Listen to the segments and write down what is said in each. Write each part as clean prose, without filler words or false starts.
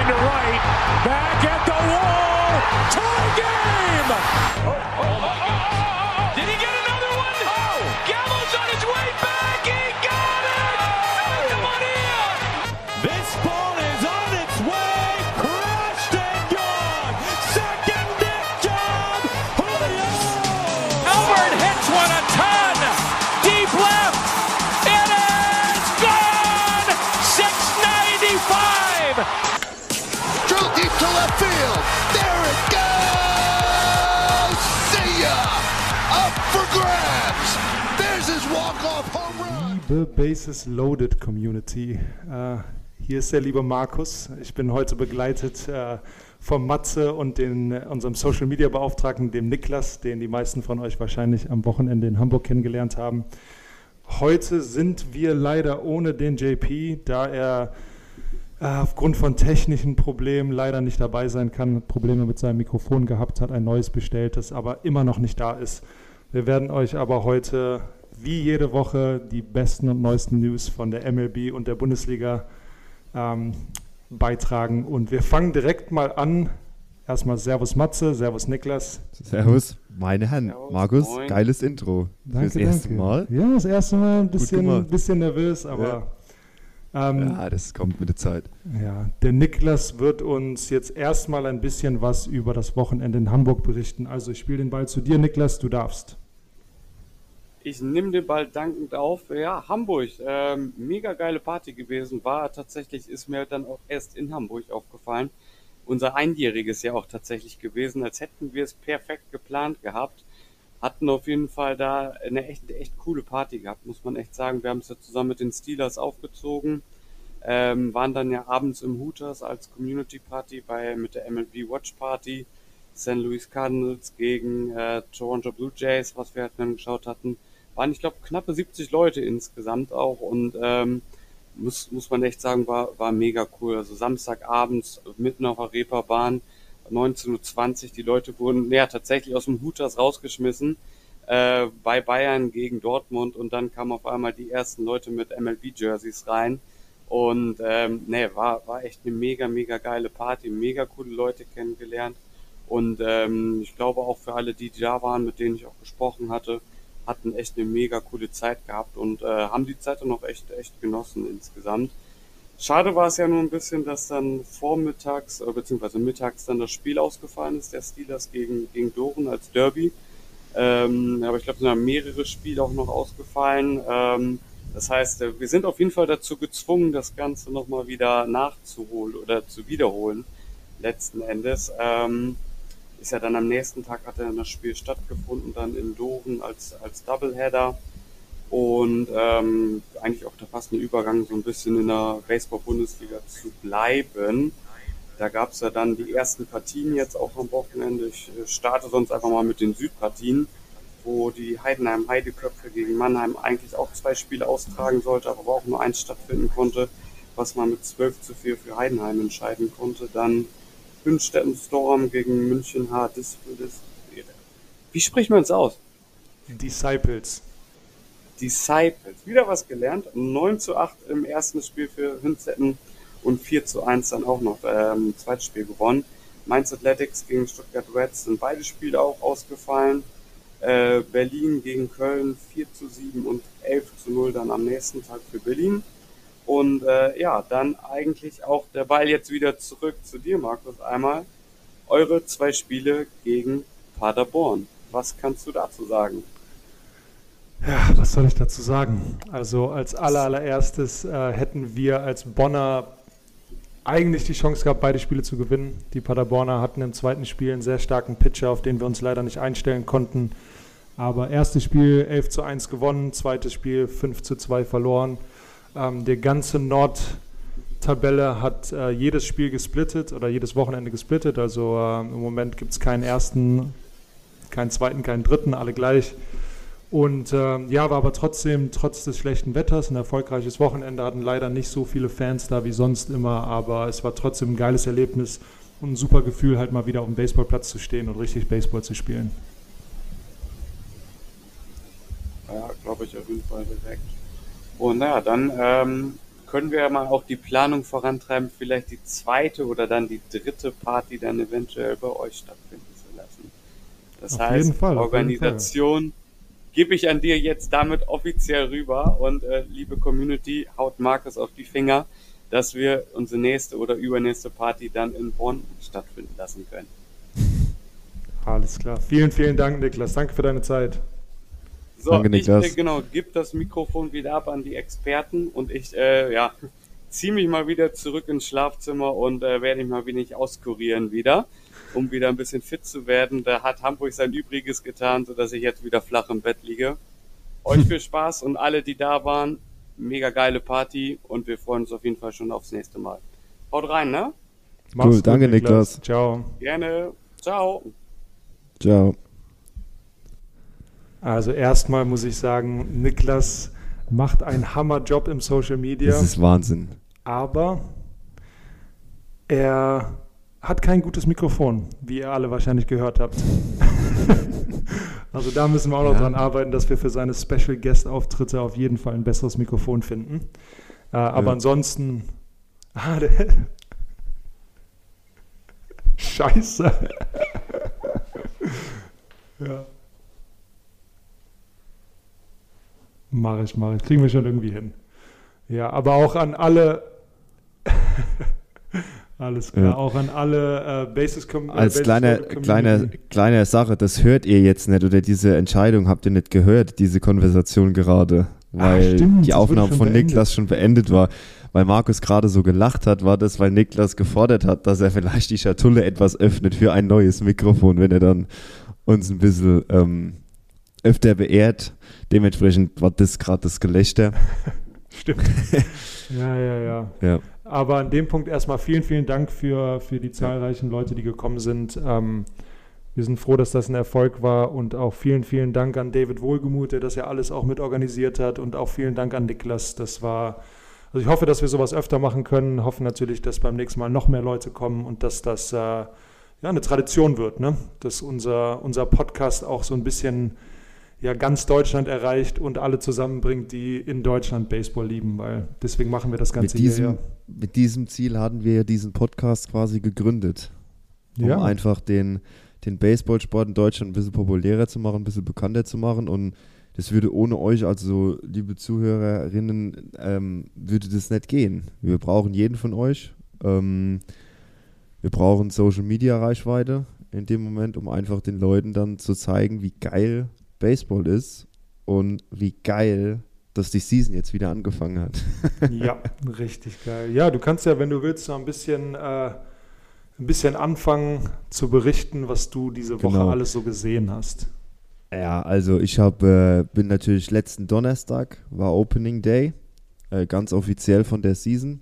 to right. Back at the wall. Tie game. Did he get another one? Oh! Gallows on his way back. He got it. Santa Maria. This ball is on its way. Crushed and gone. Second deck job. Julio. Albert hits one a ton. Deep left. It is gone. 695. Drill deep to left field. There it goes. See ya. Up for grabs. There's his walk-off home run. Liebe Bases Loaded Community, hier ist der liebe Markus. Ich bin heute begleitet vom Matze und unserem Social Media Beauftragten, dem Niklas, den die meisten von euch wahrscheinlich am Wochenende in Hamburg kennengelernt haben. Heute sind wir leider ohne den JP, da er aufgrund von technischen Problemen leider nicht dabei sein kann, hat Probleme mit seinem Mikrofon gehabt, hat ein neues bestellt, das aber immer noch nicht da ist. Wir werden euch aber heute, wie jede Woche, die besten und neuesten News von der MLB und der Bundesliga beitragen. Und wir fangen direkt mal an. Erstmal Servus Matze, Servus Niklas. Servus, meine Herren. Servus, Markus, moin. geiles Intro. Danke, Fürs erste danke. Mal. Ja, das erste Mal ein Gut gemacht. bisschen nervös, aber Ja, das kommt mit der Zeit. ja, der Niklas wird uns jetzt erstmal ein bisschen was über das Wochenende in Hamburg berichten. Also ich spiele den Ball zu dir, Niklas, du darfst. Ich nehme den Ball dankend auf. Ja, Hamburg, mega geile Party gewesen. Ist mir dann auch erst in Hamburg aufgefallen. Unser Einjähriges ja auch tatsächlich gewesen, als hätten wir es perfekt geplant gehabt. Hatten auf jeden Fall da eine echt coole Party gehabt, muss man echt sagen. Wir haben es ja zusammen mit den Steelers aufgezogen, waren dann ja abends im Hooters als Community Party mit der MLB Watch Party, St. Louis Cardinals gegen Toronto Blue Jays, was wir halt dann geschaut hatten. Waren, ich glaube, knappe 70 Leute insgesamt auch und muss man echt sagen, war mega cool. Also Samstagabends mitten auf der Reeperbahn, 19:20 Uhr, die Leute wurden tatsächlich aus dem Hooters rausgeschmissen bei Bayern gegen Dortmund und dann kamen auf einmal die ersten Leute mit MLB-Jerseys rein und war echt eine mega geile Party, mega coole Leute kennengelernt und ich glaube auch für alle, die da waren, mit denen ich auch gesprochen hatte, hatten echt eine mega coole Zeit gehabt und haben die Zeit dann auch echt genossen insgesamt. Schade war es ja nur ein bisschen, dass dann vormittags bzw. mittags dann das Spiel ausgefallen ist, der Steelers gegen Doren als Derby. Aber ich glaube, es sind ja mehrere Spiele auch noch ausgefallen. Das heißt, wir sind auf jeden Fall dazu gezwungen, das Ganze nochmal wieder nachzuholen oder zu wiederholen, letzten Endes. Ist ja dann am nächsten Tag hat dann das Spiel stattgefunden, dann in Doren als Doubleheader. Und eigentlich auch der passende Übergang, so ein bisschen in der Baseball-Bundesliga zu bleiben. Da gab es ja dann die ersten Partien jetzt auch am Wochenende. Ich starte sonst einfach mal mit den Südpartien, wo die Heidenheim-Heideköpfe gegen Mannheim eigentlich auch 2 Spiele austragen sollte, aber auch nur 1 stattfinden konnte, was man mit 12:4 für Heidenheim entscheiden konnte. Dann Hünstetten Storm gegen München Wie spricht man es aus? Disciples. Disciples. Wieder was gelernt. 9:8 im ersten Spiel für Hünstetten und 4:1 dann auch noch im zweiten Spiel gewonnen. Mainz Athletics gegen Stuttgart Reds sind beide Spiele auch ausgefallen. Berlin gegen Köln 4:7 und 11:0 dann am nächsten Tag für Berlin. Und dann eigentlich auch der Ball jetzt wieder zurück zu dir, Markus, einmal. Eure 2 Spiele gegen Paderborn. Was kannst du dazu sagen? Ja, was soll ich dazu sagen? Also als allererstes hätten wir als Bonner eigentlich die Chance gehabt, beide Spiele zu gewinnen. Die Paderborner hatten im zweiten Spiel einen sehr starken Pitcher, auf den wir uns leider nicht einstellen konnten. Aber erstes Spiel 11:1 gewonnen, zweites Spiel 5:2 verloren. Die ganze Nordtabelle hat jedes Spiel gesplittet oder jedes Wochenende gesplittet. Also im Moment gibt es keinen ersten, keinen zweiten, keinen dritten, alle gleich. Und war aber trotzdem, trotz des schlechten Wetters, ein erfolgreiches Wochenende, hatten leider nicht so viele Fans da wie sonst immer, aber es war trotzdem ein geiles Erlebnis und ein super Gefühl, halt mal wieder auf dem Baseballplatz zu stehen und richtig Baseball zu spielen. Ja, glaube ich auf jeden Fall direkt. Und naja, dann können wir ja mal auch die Planung vorantreiben, vielleicht die zweite oder dann die dritte Party dann eventuell bei euch stattfinden zu lassen. Das Auf heißt, jeden Fall, auf Organisation gebe ich an dir jetzt damit offiziell rüber und liebe Community, haut Markus auf die Finger, dass wir unsere nächste oder übernächste Party dann in Bonn stattfinden lassen können. Alles klar. Vielen, vielen Dank, Niklas. Danke für deine Zeit. So, Danke, Niklas. ich gebe das Mikrofon wieder ab an die Experten und ich ziehe mich mal wieder zurück ins Schlafzimmer und werde mich mal wenig auskurieren wieder, um wieder ein bisschen fit zu werden. Da hat Hamburg sein Übriges getan, sodass ich jetzt wieder flach im Bett liege. Euch viel Spaß und alle, die da waren, mega geile Party und wir freuen uns auf jeden Fall schon aufs nächste Mal. Haut rein, ne? Mach's gut, danke, Niklas. Ciao. Gerne. Ciao. Ciao. Also erstmal muss ich sagen, Niklas macht einen Hammerjob im Social Media, Das ist Wahnsinn. aber er hat kein gutes Mikrofon, wie ihr alle wahrscheinlich gehört habt. Also da müssen wir auch noch dran arbeiten, dass wir für seine Special Guest Auftritte auf jeden Fall ein besseres Mikrofon finden. Aber ansonsten... Scheiße. Ja. Mach ich. Kriegen wir schon irgendwie hin. Ja, aber auch an alle... Alles klar, Ja. auch an alle Als kleine Sache, das hört ihr jetzt nicht oder diese Entscheidung habt ihr nicht gehört, diese Konversation gerade, weil stimmt, die das Aufnahme wurde schon von beendet. Niklas schon beendet war. Weil Markus gerade so gelacht hat, war das, weil Niklas gefordert hat, dass er vielleicht die Schatulle etwas öffnet für ein neues Mikrofon, wenn er dann uns ein bisschen öfter beehrt. Dementsprechend war das gerade das Gelächter. Stimmt. Ja. Ja. Aber an dem Punkt erstmal vielen, vielen Dank für die zahlreichen Leute, die gekommen sind. Wir sind froh, dass das ein Erfolg war und auch vielen, vielen Dank an David Wohlgemuth, der das ja alles auch mit organisiert hat und auch vielen Dank an Niklas. Also ich hoffe, dass wir sowas öfter machen können, hoffen natürlich, dass beim nächsten Mal noch mehr Leute kommen und dass das eine Tradition wird, ne? Dass unser Podcast auch so ein bisschen ganz Deutschland erreicht und alle zusammenbringt, die in Deutschland Baseball lieben, weil deswegen machen wir das Ganze hier. Mit diesem Ziel hatten wir ja diesen Podcast quasi gegründet, um einfach den Baseballsport in Deutschland ein bisschen populärer zu machen, ein bisschen bekannter zu machen, und das würde ohne euch, also liebe Zuhörerinnen, würde das nicht gehen. Wir brauchen jeden von euch. Wir brauchen Social-Media-Reichweite in dem Moment, um einfach den Leuten dann zu zeigen, wie geil Baseball ist und wie geil, dass die Season jetzt wieder angefangen hat. Ja, richtig geil. Ja, du kannst ja, wenn du willst, noch ein bisschen anfangen zu berichten, was du diese Woche alles so gesehen hast. Ja, also ich bin natürlich letzten Donnerstag, war Opening Day, ganz offiziell von der Season.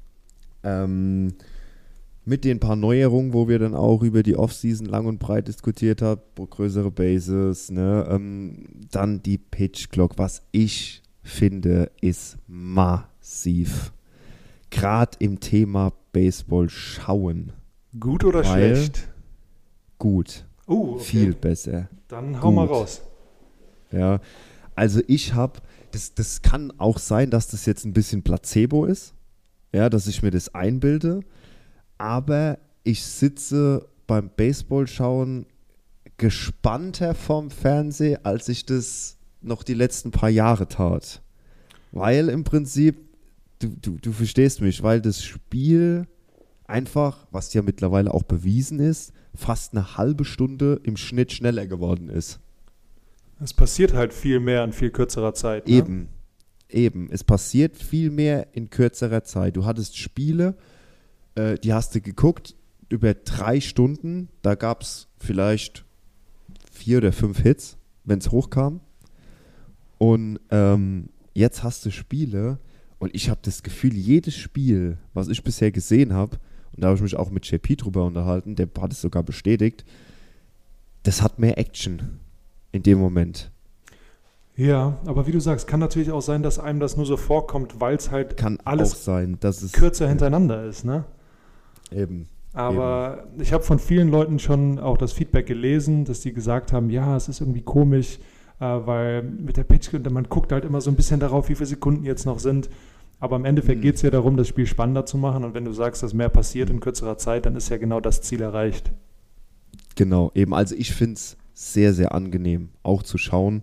Mit den paar Neuerungen, wo wir dann auch über die Offseason lang und breit diskutiert haben, größere Bases, ne? Dann die Pitch Clock, was ich finde, ist massiv. Gerade im Thema Baseball schauen. Gut oder schlecht? Gut. Okay. Viel besser. Dann hau mal raus. Ja, also das kann auch sein, dass das jetzt ein bisschen Placebo ist, ja, dass ich mir das einbilde, aber ich sitze beim Baseball-Schauen gespannter vorm Fernseher, als ich das noch die letzten paar Jahre tat. Weil im Prinzip, du verstehst mich, weil das Spiel einfach, was ja mittlerweile auch bewiesen ist, fast eine halbe Stunde im Schnitt schneller geworden ist. Es passiert halt viel mehr in viel kürzerer Zeit. Ne? Eben. Es passiert viel mehr in kürzerer Zeit. Du hattest Spiele, die hast du geguckt, über 3 Stunden, da gab es vielleicht 4 oder 5 Hits, wenn es hochkam. Und jetzt hast du Spiele, und ich habe das Gefühl, jedes Spiel, was ich bisher gesehen habe, und da habe ich mich auch mit JP drüber unterhalten, der hat es sogar bestätigt, das hat mehr Action in dem Moment. Ja, aber wie du sagst, kann natürlich auch sein, dass einem das nur so vorkommt, weil es halt Kann alles auch sein, dass es kürzer hintereinander ist, ne? Eben. Aber ich habe von vielen Leuten schon auch das Feedback gelesen, dass die gesagt haben, ja, es ist irgendwie komisch, weil mit der Pitch, man guckt halt immer so ein bisschen darauf, wie viele Sekunden jetzt noch sind. Aber im Endeffekt geht es ja darum, das Spiel spannender zu machen. Und wenn du sagst, dass mehr passiert in kürzerer Zeit, dann ist ja genau das Ziel erreicht. Genau, eben. Also ich finde es sehr, sehr angenehm, auch zu schauen.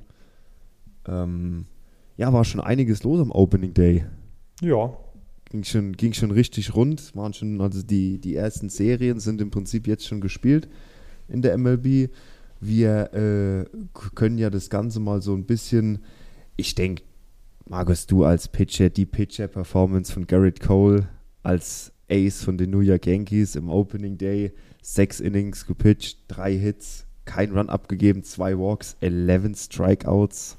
War schon einiges los am Opening Day. Ja. Ging schon richtig rund. Waren schon, also die ersten Serien sind im Prinzip jetzt schon gespielt in der MLB. Wir können ja das Ganze mal so ein bisschen, ich denke, Markus, du als Pitcher, die Pitcher-Performance von Garrett Cole als Ace von den New York Yankees im Opening Day, 6 Innings gepitcht, 3 Hits, kein Run abgegeben, 2 Walks, 11 Strikeouts.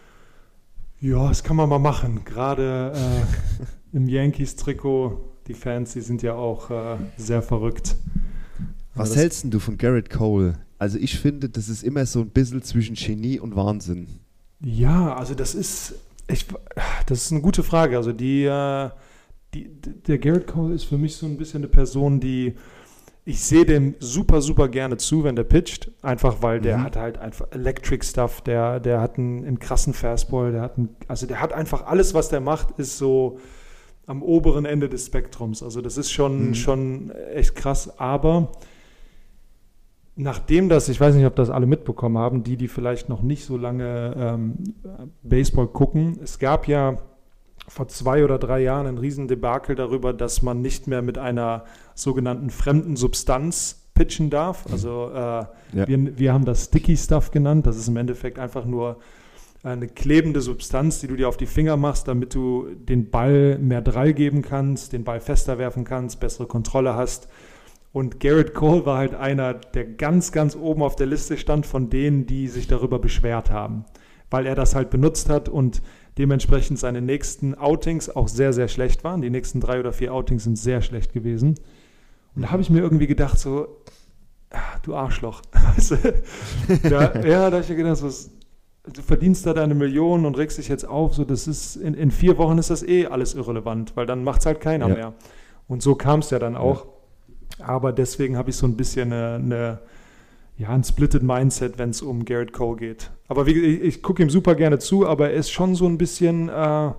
Ja, das kann man mal machen. Gerade im Yankees-Trikot, die Fans, die sind ja auch sehr verrückt. Was hältst denn du von Garrett Cole? Also ich finde, das ist immer so ein bisschen zwischen Genie und Wahnsinn. Ja, also das ist eine gute Frage. Also der Garrett Cole ist für mich so ein bisschen eine Person, ich sehe dem super, super gerne zu, wenn der pitcht. Einfach, weil der hat halt einfach Electric Stuff, der hat einen krassen Fastball, der hat einfach alles, was der macht, ist so am oberen Ende des Spektrums. Also das ist schon echt krass. Aber nachdem ich weiß nicht, ob das alle mitbekommen haben, die vielleicht noch nicht so lange Baseball gucken, es gab ja vor 2 oder 3 Jahren ein Riesendebakel darüber, dass man nicht mehr mit einer sogenannten fremden Substanz pitchen darf. Also wir haben das Sticky Stuff genannt. Das ist im Endeffekt einfach nur eine klebende Substanz, die du dir auf die Finger machst, damit du den Ball mehr Drall geben kannst, den Ball fester werfen kannst, bessere Kontrolle hast. Und Garrett Cole war halt einer, der ganz, ganz oben auf der Liste stand von denen, die sich darüber beschwert haben, weil er das halt benutzt hat und dementsprechend seine nächsten Outings auch sehr, sehr schlecht waren. Die nächsten 3 oder 4 Outings sind sehr schlecht gewesen. Und da habe ich mir irgendwie gedacht, so, du Arschloch. Weißt du? Da habe ich mir gedacht, du verdienst da deine Millionen und regst dich jetzt auf. So, das ist in 4 Wochen ist das alles irrelevant, weil dann macht es halt keiner mehr. Und so kam es ja dann auch. Aber deswegen habe ich so ein bisschen ein splitted Mindset, wenn es um Garrett Cole geht. Aber ich gucke ihm super gerne zu, aber er ist schon so ein bisschen,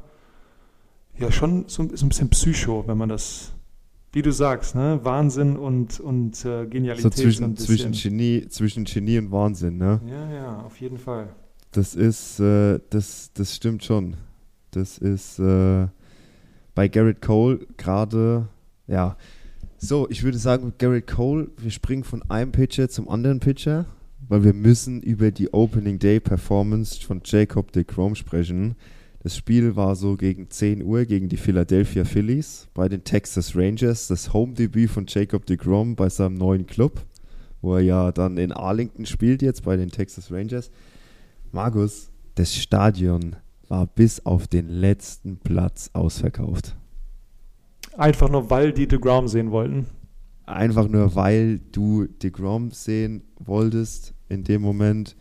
schon so ein bisschen Psycho, wenn man das, wie du sagst, ne? Wahnsinn und Genialität. So zwischen Genie und Wahnsinn, ne? Ja, auf jeden Fall. Das ist, das stimmt schon. Das ist bei Garrett Cole gerade, ja. So, ich würde sagen, mit Garrett Cole, wir springen von einem Pitcher zum anderen Pitcher, weil wir müssen über die Opening Day Performance von Jacob deGrom sprechen. Das Spiel war so gegen 10 Uhr gegen die Philadelphia Phillies bei den Texas Rangers. Das Home-Debüt von Jacob deGrom bei seinem neuen Club, wo er ja dann in Arlington spielt jetzt bei den Texas Rangers. Markus, das Stadion war bis auf den letzten Platz ausverkauft. Einfach nur, weil die deGrom sehen wollten. Einfach nur, weil du deGrom sehen wolltest in dem Moment.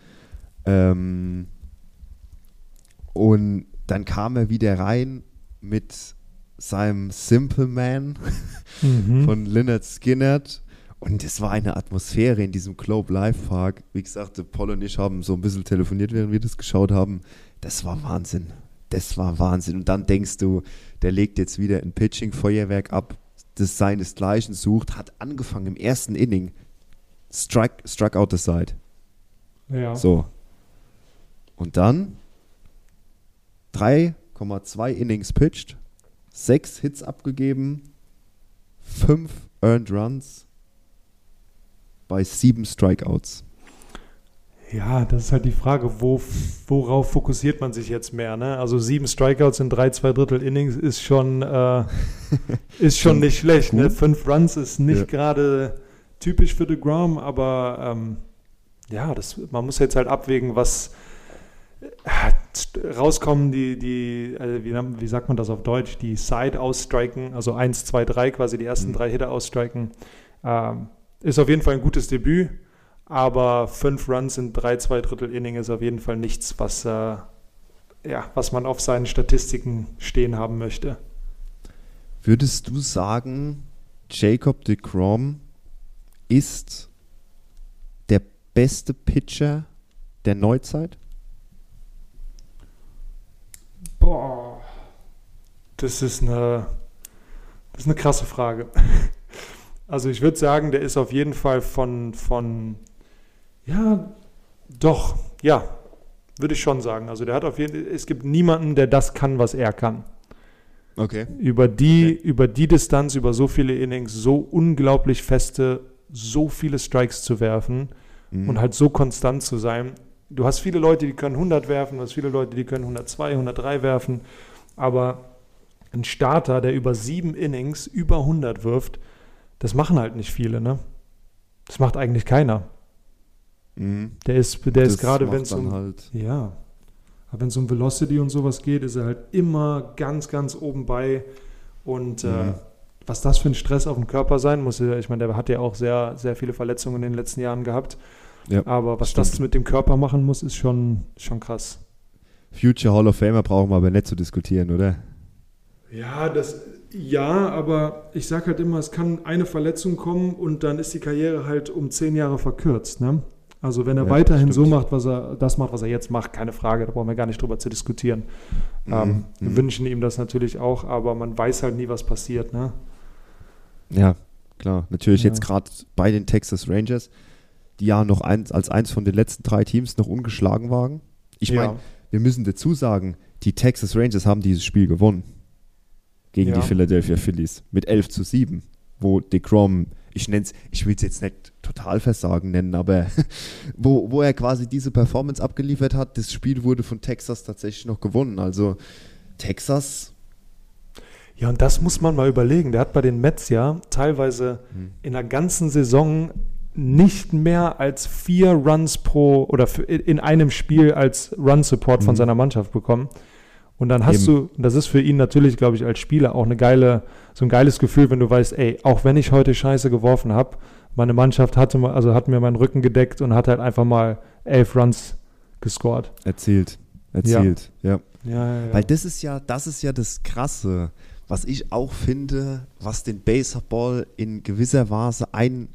Und dann kam er wieder rein mit seinem Simple Man von Lynyrd Skynyrd. Und es war eine Atmosphäre in diesem Globe Life Park. Wie gesagt, Paul und ich haben so ein bisschen telefoniert, während wir das geschaut haben. Das war Wahnsinn. Das war Wahnsinn. Und dann denkst du, der legt jetzt wieder ein Pitching-Feuerwerk ab, das seinesgleichen sucht, hat angefangen im ersten Inning, struck out the side. Ja. So. Und dann 3,2 Innings pitched, 6 Hits abgegeben, 5 Earned Runs bei 7 Strikeouts. Ja, das ist halt die Frage, worauf fokussiert man sich jetzt mehr, ne? Also 7 Strikeouts in 3/2 Innings ist schon nicht schlecht, ne? 5 Runs ist nicht gerade typisch für deGrom, aber man muss jetzt halt abwägen, was rauskommen, wie sagt man das auf Deutsch, die Side ausstriken, also 1, 2, 3 quasi die ersten 3 Hitter ausstriken, ist auf jeden Fall ein gutes Debüt. Aber 5 Runs in 3/2 Inning ist auf jeden Fall nichts, was man auf seinen Statistiken stehen haben möchte. Würdest du sagen, Jacob deGrom ist der beste Pitcher der Neuzeit? Boah. Das ist eine krasse Frage. Also ich würde sagen, der ist auf jeden Fall ja, doch, ja, würde ich schon sagen. Also der hat auf jeden Fall, es gibt niemanden, der das kann, was er kann. Okay. Über die Distanz, über so viele Innings, so unglaublich feste, so viele Strikes zu werfen und halt so konstant zu sein. Du hast viele Leute, die können 100 werfen, du hast viele Leute, die können 102, 103 werfen, aber ein Starter, der über 7 Innings über 100 wirft, das machen halt nicht viele, ne? Das macht eigentlich keiner. Der ist gerade, wenn es aber wenn es um Velocity und sowas geht, ist er halt immer ganz, ganz oben bei. Und was das für ein Stress auf dem Körper sein muss, ich meine, der hat ja auch sehr, sehr viele Verletzungen in den letzten Jahren gehabt. Ja, aber was das mit dem Körper machen muss, ist schon krass. Future Hall of Famer brauchen wir aber nicht zu diskutieren, oder? Ja, aber ich sag halt immer, es kann eine Verletzung kommen und dann ist die Karriere halt um 10 Jahre verkürzt, ne? Also wenn er weiterhin so macht, was er jetzt macht, keine Frage, da brauchen wir gar nicht drüber zu diskutieren. Wir wünschen ihm das natürlich auch, aber man weiß halt nie, was passiert, ne? Ja, klar. Natürlich jetzt gerade bei den Texas Rangers, die ja noch als eins von den letzten 3 Teams noch ungeschlagen waren. Ich meine, wir müssen dazu sagen, die Texas Rangers haben dieses Spiel gewonnen gegen die Philadelphia Phillies mit 11-7, wo DeGrom, ich will es jetzt nicht total versagen nennen, aber wo er quasi diese Performance abgeliefert hat, das Spiel wurde von Texas tatsächlich noch gewonnen. Also Texas. Ja, und das muss man mal überlegen. Der hat bei den Mets ja teilweise in der ganzen Saison nicht mehr als 4 Runs in einem Spiel als Run-Support von seiner Mannschaft bekommen. Und dann das ist für ihn natürlich, glaube ich, als Spieler auch so ein geiles Gefühl, wenn du weißt, ey, auch wenn ich heute Scheiße geworfen habe, meine Mannschaft hat mir meinen Rücken gedeckt und hat halt einfach mal 11 Runs gescored. Erzielt. Ja. Ja. Weil das ist ja das Krasse, was ich auch finde, was den Baseball in gewissem Maße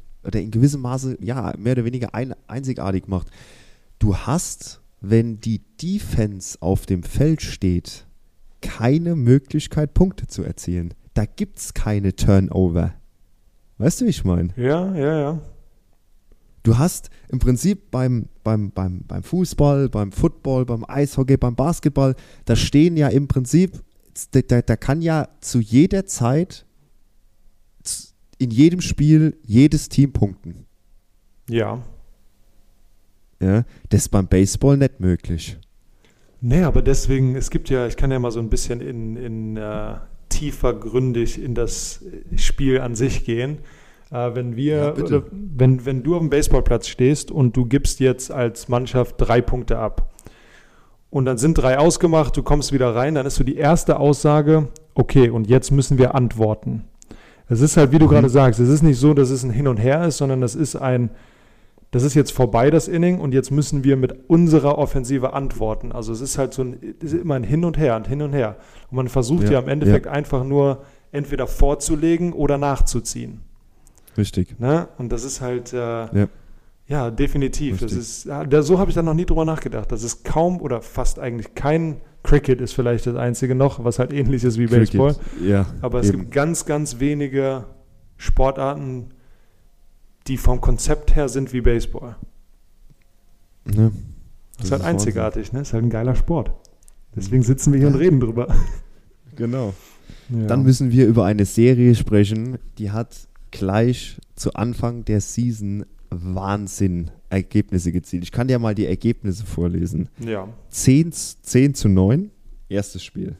mehr oder weniger einzigartig macht. Du hast, wenn die Defense auf dem Feld steht, keine Möglichkeit, Punkte zu erzielen. Da gibt es keine Turnover. Weißt du, wie ich meine? Ja. Du hast im Prinzip beim Fußball, beim Football, beim Eishockey, beim Basketball, da stehen ja im Prinzip, da kann ja zu jeder Zeit in jedem Spiel jedes Team punkten. Ja. Ja, das ist beim Baseball nicht möglich. Nee, aber deswegen, ich kann ja mal so ein bisschen in tiefergründig in das Spiel an sich gehen. Wenn du auf dem Baseballplatz stehst und du gibst jetzt als Mannschaft 3 Punkte ab und dann sind 3 ausgemacht, du kommst wieder rein, dann ist so die erste Aussage, okay, und jetzt müssen wir antworten. Es ist halt, wie du gerade sagst, es ist nicht so, dass es ein Hin und Her ist, sondern das ist jetzt vorbei, das Inning, und jetzt müssen wir mit unserer Offensive antworten. Also es ist halt es ist immer ein Hin und Her. Und man versucht ja im Endeffekt einfach nur entweder vorzulegen oder nachzuziehen. Richtig. Ne? Und das ist halt, definitiv. Das ist, so habe ich da noch nie drüber nachgedacht. Das ist kaum oder fast eigentlich kein Cricket ist vielleicht das einzige noch, was halt ähnlich ist wie Baseball. Ja, aber es gibt ganz, ganz wenige Sportarten, die vom Konzept her sind wie Baseball. Ja, das ist halt einzigartig, ne? Das ist halt ein geiler Sport. Deswegen sitzen wir hier und reden drüber. Genau. Ja. Dann müssen wir über eine Serie sprechen, die hat gleich zu Anfang der Season Ergebnisse gezielt. Ich kann dir mal die Ergebnisse vorlesen. Ja. 10-9, erstes Spiel.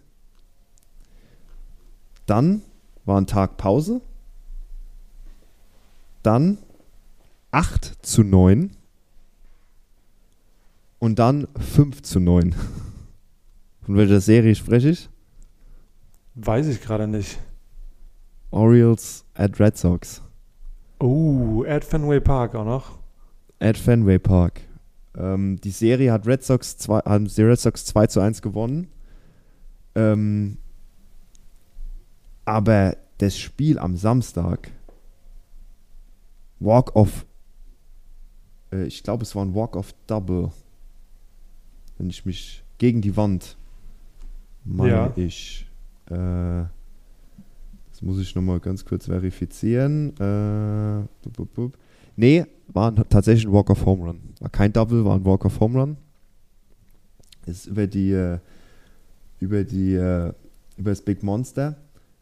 Dann war ein Tag Pause. Dann 8-9 und dann 5-9. Von welcher Serie spreche ich? Weiß ich gerade nicht. Orioles at Red Sox. Oh, at Fenway Park auch noch. At Fenway Park. Die Serie haben die Red Sox 2-1 gewonnen. Aber das Spiel am Samstag, ich glaube, es war ein Walk-off-Double. Wenn ich mich gegen die Wand, meine ich. Das muss ich nochmal ganz kurz verifizieren. Nee, war tatsächlich ein Walk of Home Run. War kein Double, war ein Walk of Home Run. Ist über das Big Monster.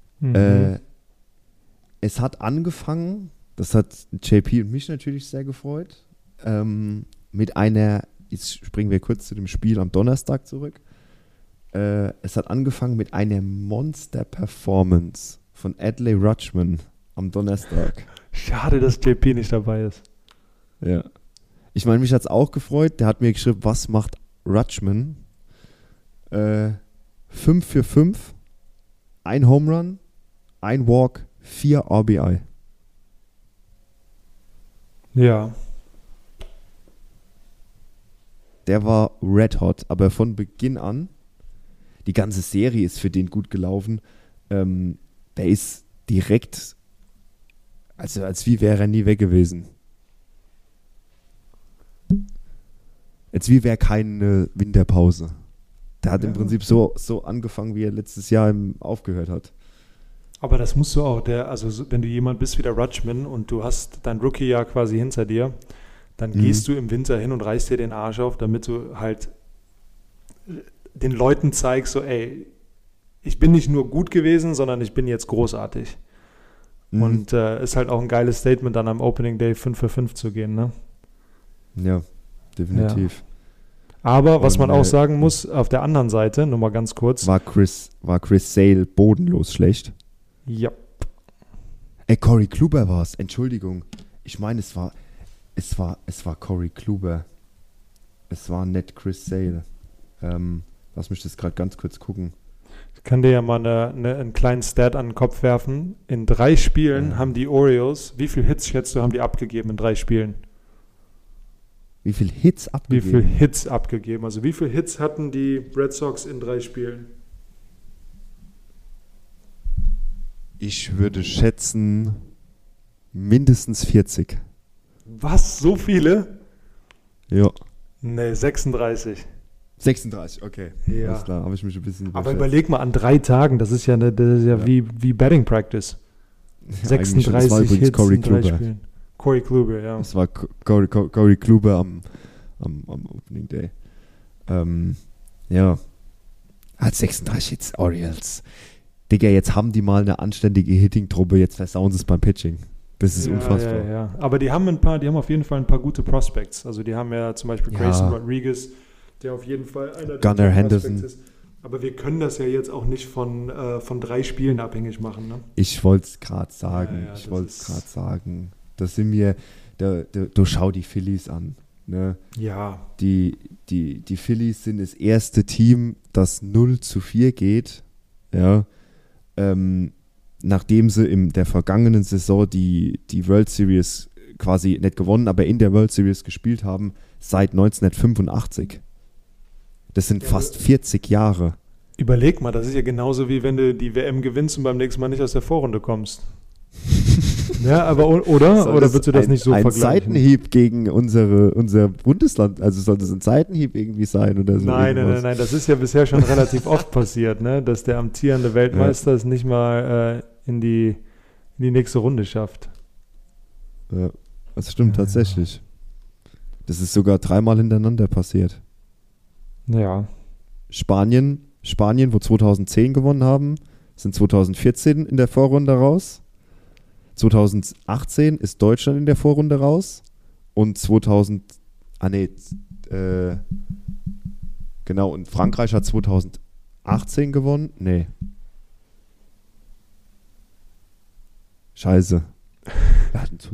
Es hat angefangen, das hat JP und mich natürlich sehr gefreut, mit einer, jetzt springen wir kurz zu dem Spiel am Donnerstag zurück. Es hat angefangen mit einer Monster-Performance von Adley Rutschman am Donnerstag. Schade, dass JP nicht dabei ist. Ja. Ich meine, mich hat es auch gefreut. Der hat mir geschrieben, was macht Rutschman? 5 für 5, ein Home Run, ein Walk, 4 RBI. Ja. Der war red hot, aber von Beginn an, die ganze Serie ist für den gut gelaufen. Der ist direkt, also als wie wäre er nie weg gewesen. Als wie wäre keine Winterpause. Der hat im Prinzip so angefangen, wie er letztes Jahr aufgehört hat. Aber das musst du auch, also wenn du jemand bist wie der Rutschman und du hast dein Rookie-Jahr quasi hinter dir, dann gehst du im Winter hin und reißt dir den Arsch auf, damit du halt den Leuten zeigst, so ey, ich bin nicht nur gut gewesen, sondern ich bin jetzt großartig. Und ist halt auch ein geiles Statement, dann am Opening Day 5 für 5 zu gehen, ne? Ja, definitiv. Ja. Aber was man auch sagen muss, auf der anderen Seite, nur mal ganz kurz. War Chris Sale bodenlos schlecht? Ja. Corey Kluber war es. Entschuldigung. Ich meine, es war Corey Kluber. Es war nicht Chris Sale. Lass mich das gerade ganz kurz gucken. Ich kann dir ja mal einen kleinen Stat an den Kopf werfen. In 3 Spielen haben die Orioles, wie viel Hits schätzt du, haben die abgegeben in 3 Spielen? Wie viel Hits abgegeben? Wie viel Hits abgegeben? Also wie viele Hits hatten die Red Sox in 3 Spielen? Ich würde schätzen mindestens 40. Was? So viele? Ja. Nee, 36. 36, okay. Ja. Alles klar, habe ich mich ein bisschen Aber überschätzt. überleg mal, an 3 Tagen, das ist ja, wie Batting Practice. Ja, 36 das war übrigens Hits Corey in 3 Kluber. Spielen. Corey Kluber, ja. Das war Corey Kluber am Opening Day. Ja. Hat 36 Hits, Orioles. Digga, jetzt haben die mal eine anständige Hitting-Truppe, jetzt versauen sie es beim Pitching. Das ist unfassbar. Ja. Aber die haben auf jeden Fall ein paar gute Prospects. Also die haben ja zum Beispiel Grayson Rodriguez, der auf jeden Fall einer der Gunnar Henderson ist. Aber wir können das ja jetzt auch nicht von 3 Spielen abhängig machen, ne? Ich wollte es gerade sagen. Das sind mir, du schau die Phillies an. Ne? Ja. Die Phillies sind das erste Team, das 0-4 geht. Ja. Nachdem sie in der vergangenen Saison die World Series quasi nicht gewonnen, aber in der World Series gespielt haben, seit 1985. Das sind fast 40 Jahre. Überleg mal, das ist ja genauso wie wenn du die WM gewinnst und beim nächsten Mal nicht aus der Vorrunde kommst. Ja, aber oder würdest du das nicht so vergleichen? Ein Seitenhieb gegen unser Bundesland, also soll das ein Seitenhieb irgendwie sein oder so? Nein, das ist ja bisher schon relativ oft passiert, ne? Dass der amtierende Weltmeister es nicht mal in die nächste Runde schafft. Ja, das stimmt tatsächlich. Das ist sogar 3-mal hintereinander passiert. Ja. Spanien, wo 2010 gewonnen haben, sind 2014 in der Vorrunde raus. 2018 ist Deutschland in der Vorrunde raus. Und und Frankreich hat 2018 gewonnen. Nee. Scheiße. Wir hatten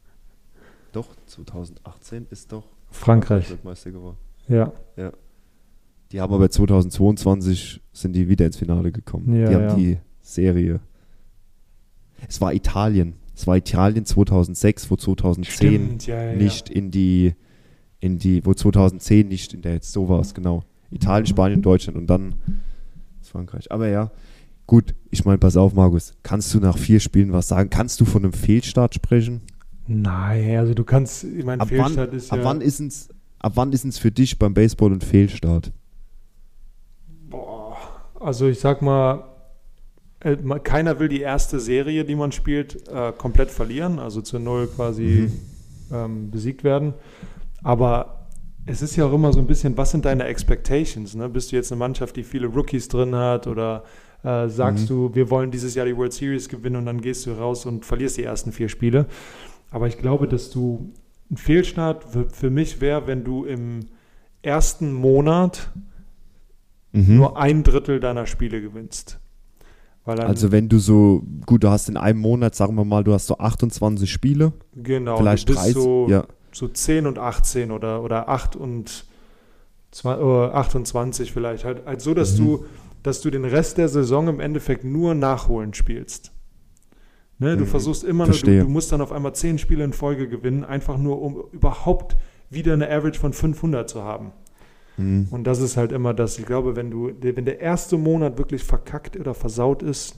2018 ist doch Frankreich Weltmeister geworden. Ja. Die haben aber 2022 sind die wieder ins Finale gekommen. Die haben die Serie. Es war Italien 2006, wo 2010 nicht in die, wo 2010 nicht in der, jetzt so war es, genau. Italien, Spanien, Deutschland und dann Frankreich. Aber ja, gut, ich meine, pass auf, Markus, kannst du nach 4 Spielen was sagen? Kannst du von einem Fehlstart sprechen? Nein, also du kannst, ich meine, Fehlstart ist ja... Ab wann ist es für dich beim Baseball ein Fehlstart? Boah, also ich sag mal, keiner will die erste Serie, die man spielt, komplett verlieren, also zu 0 quasi besiegt werden. Aber es ist ja auch immer so ein bisschen, was sind deine Expectations? Ne? Bist du jetzt eine Mannschaft, die viele Rookies drin hat, oder sagst du, wir wollen dieses Jahr die World Series gewinnen, und dann gehst du raus und verlierst die ersten 4 Spiele? Aber ich glaube, dass du ein Fehlstart für mich wäre, wenn du im ersten Monat nur 1/3 deiner Spiele gewinnst. Weil dann, also wenn du so, gut, du hast in einem Monat, sagen wir mal, du hast so 28 Spiele. Genau, vielleicht du bist 30, so 10 und 18 oder 8 und 28 vielleicht. Halt so, dass du den Rest der Saison im Endeffekt nur nachholen spielst. Ne, du versuchst immer nur, du musst dann auf einmal 10 Spiele in Folge gewinnen, einfach nur, um überhaupt wieder eine Average von 500 zu haben. Und das ist halt immer das, ich glaube, wenn der erste Monat wirklich verkackt oder versaut ist,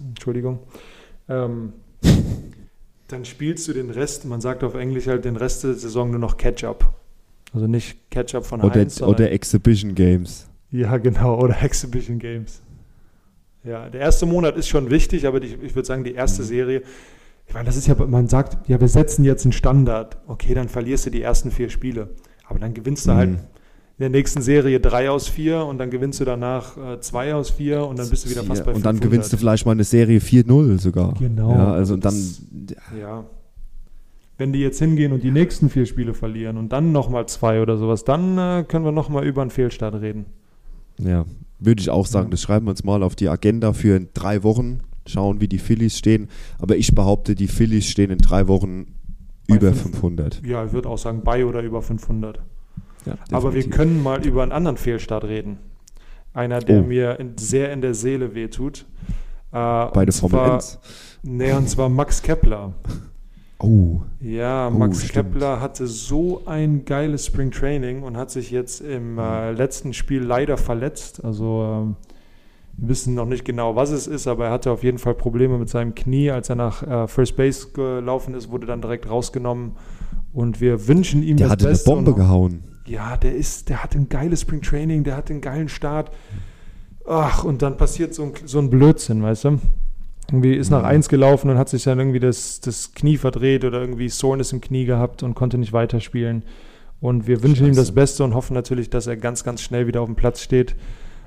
dann spielst du den Rest, man sagt auf Englisch halt den Rest der Saison nur noch Catch-up. Also nicht Catch-up von Heinz, oder Exhibition Games. Ja, genau, oder Exhibition Games. Ja, der erste Monat ist schon wichtig, aber ich würde sagen, die erste Serie, ich meine, das ist ja, man sagt, ja, wir setzen jetzt einen Standard. Okay, dann verlierst du die ersten 4 Spiele. Aber dann gewinnst du halt in der nächsten Serie 3 aus 4 und dann gewinnst du danach 2 aus 4 und dann bist du wieder fast bei 500. Und dann gewinnst du vielleicht mal eine Serie 4-0 sogar. Genau. Ja, also dann. Ja. Wenn die jetzt hingehen und die nächsten 4 Spiele verlieren und dann nochmal 2 oder sowas, dann können wir nochmal über einen Fehlstart reden. Ja, würde ich auch sagen, das schreiben wir uns mal auf die Agenda für in 3 Wochen, schauen, wie die Phillies stehen. Aber ich behaupte, die Phillies stehen in 3 Wochen über 500. Ja, ich würde auch sagen, bei oder über 500. Ja, aber wir können mal über einen anderen Fehlstart reden. Einer, der mir sehr in der Seele wehtut. Bei der Formel 1? Nee, und zwar Max Kepler. Ja, Max Kepler hatte so ein geiles Spring Training und hat sich jetzt im letzten Spiel leider verletzt. Also wir wissen noch nicht genau, was es ist, aber er hatte auf jeden Fall Probleme mit seinem Knie. Als er nach First Base gelaufen ist, wurde dann direkt rausgenommen. Und wir wünschen ihm das Beste. Der hatte eine Bombe gehauen. Ja, der hat ein geiles Spring Training, der hat einen geilen Start. Ach, und dann passiert so ein Blödsinn, weißt du? Irgendwie ist nach 1 gelaufen und hat sich dann irgendwie das Knie verdreht oder irgendwie Soreness im Knie gehabt und konnte nicht weiterspielen. Und wir wünschen ihm das Beste und hoffen natürlich, dass er ganz, ganz schnell wieder auf dem Platz steht.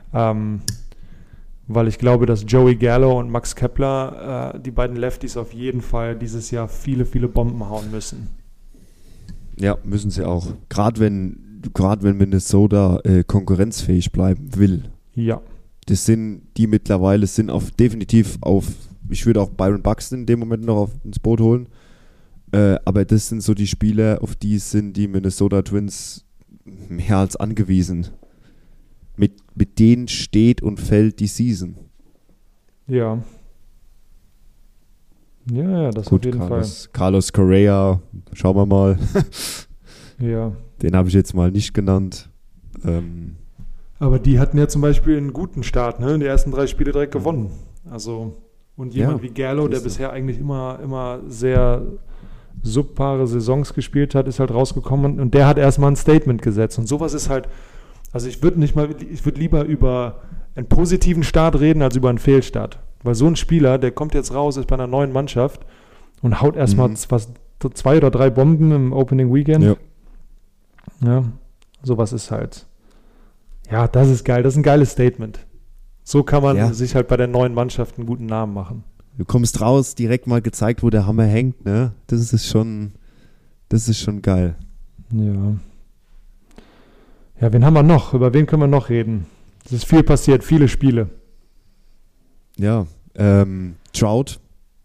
Weil ich glaube, dass Joey Gallo und Max Kepler, die beiden Lefties, auf jeden Fall dieses Jahr viele, viele Bomben hauen müssen. Ja, müssen sie auch. Gerade wenn Minnesota konkurrenzfähig bleiben will. Ja. Das sind die mittlerweile, definitiv auf, ich würde auch Byron Buxton in dem Moment noch ins Boot holen. Aber das sind so die Spieler, auf die sind die Minnesota Twins mehr als angewiesen. Mit denen steht und fällt die Season. Ja. Ja, das auf jeden Fall. Carlos Correa, schauen wir mal. Ja. Den habe ich jetzt mal nicht genannt. Aber die hatten ja zum Beispiel einen guten Start, ne? Die ersten 3 Spiele direkt gewonnen. Also, und jemand wie Gallo, der bisher eigentlich immer sehr subpare Saisons gespielt hat, ist halt rausgekommen und der hat erstmal ein Statement gesetzt. Und sowas ist halt, also ich würde lieber über einen positiven Start reden, als über einen Fehlstart. Weil so ein Spieler, der kommt jetzt raus, ist bei einer neuen Mannschaft und haut erstmal 2 oder 3 Bomben im Opening Weekend. Ja, sowas ist halt, ja, das ist geil, das ist ein geiles Statement. So kann man sich halt bei der neuen Mannschaft einen guten Namen machen. Du kommst raus, direkt mal gezeigt, wo der Hammer hängt, ne? Das ist schon geil. Ja. Ja, wen haben wir noch? Über wen können wir noch reden? Es ist viel passiert, viele Spiele. Ja, Trout.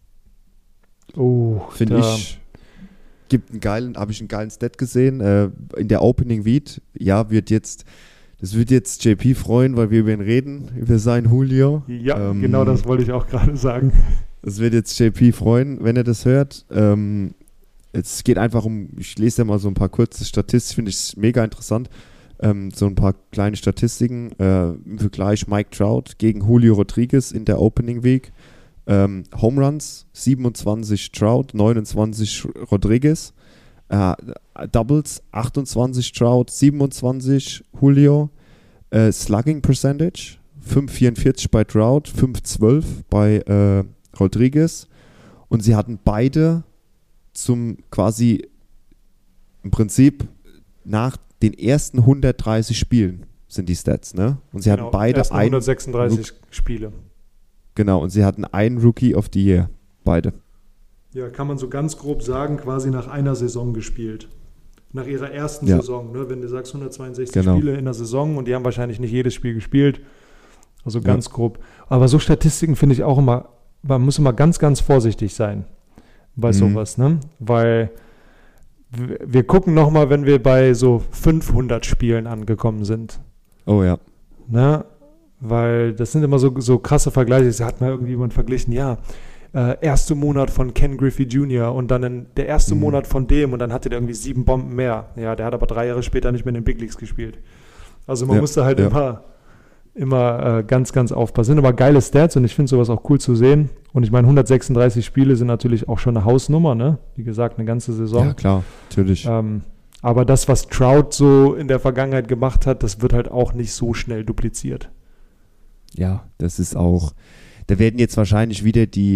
Finde ich, habe ich einen geilen Stat gesehen. In der Opening Week, das wird jetzt JP freuen, weil wir über ihn reden, über sein Julio. Ja, genau das wollte ich auch gerade sagen. Das wird jetzt JP freuen, wenn er das hört. Es geht einfach ich lese ja mal so ein paar kurze Statistiken, finde ich mega interessant. So ein paar kleine Statistiken. Im Vergleich Mike Trout gegen Julio Rodriguez in der Opening Week. Home Runs 27 Trout, 29 Rodriguez. Doubles 28 Trout, 27 Julio. Slugging Percentage 5,44 bei Trout, 5,12 bei Rodriguez. Und sie hatten beide zum quasi im Prinzip nach den ersten 130 Spielen sind die Stats, ne? Und sie hatten beide 136 Spiele. Genau, und sie hatten einen Rookie of the Year, beide. Ja, kann man so ganz grob sagen, quasi nach einer Saison gespielt. Nach ihrer ersten Saison, ne? Wenn du sagst 162 Spiele in der Saison und die haben wahrscheinlich nicht jedes Spiel gespielt. Also ganz grob. Aber so Statistiken finde ich auch immer, man muss immer ganz, ganz vorsichtig sein bei sowas, ne? Weil wir gucken nochmal, wenn wir bei so 500 Spielen angekommen sind. Oh ja. Ne? Weil das sind immer so krasse Vergleiche. Da hat mal irgendwie jemand verglichen, erste Monat von Ken Griffey Jr. und dann der erste Monat von dem und dann hatte der irgendwie 7 Bomben mehr. Ja, der hat aber 3 Jahre später nicht mehr in den Big Leagues gespielt. Also man musste halt immer ganz, ganz aufpassen. Sind aber geile Stats und ich finde sowas auch cool zu sehen. Und ich meine, 136 Spiele sind natürlich auch schon eine Hausnummer, ne? Wie gesagt, eine ganze Saison. Ja, klar, natürlich. Aber das, was Trout so in der Vergangenheit gemacht hat, das wird halt auch nicht so schnell dupliziert. Ja, das ist auch, da werden jetzt wahrscheinlich wieder die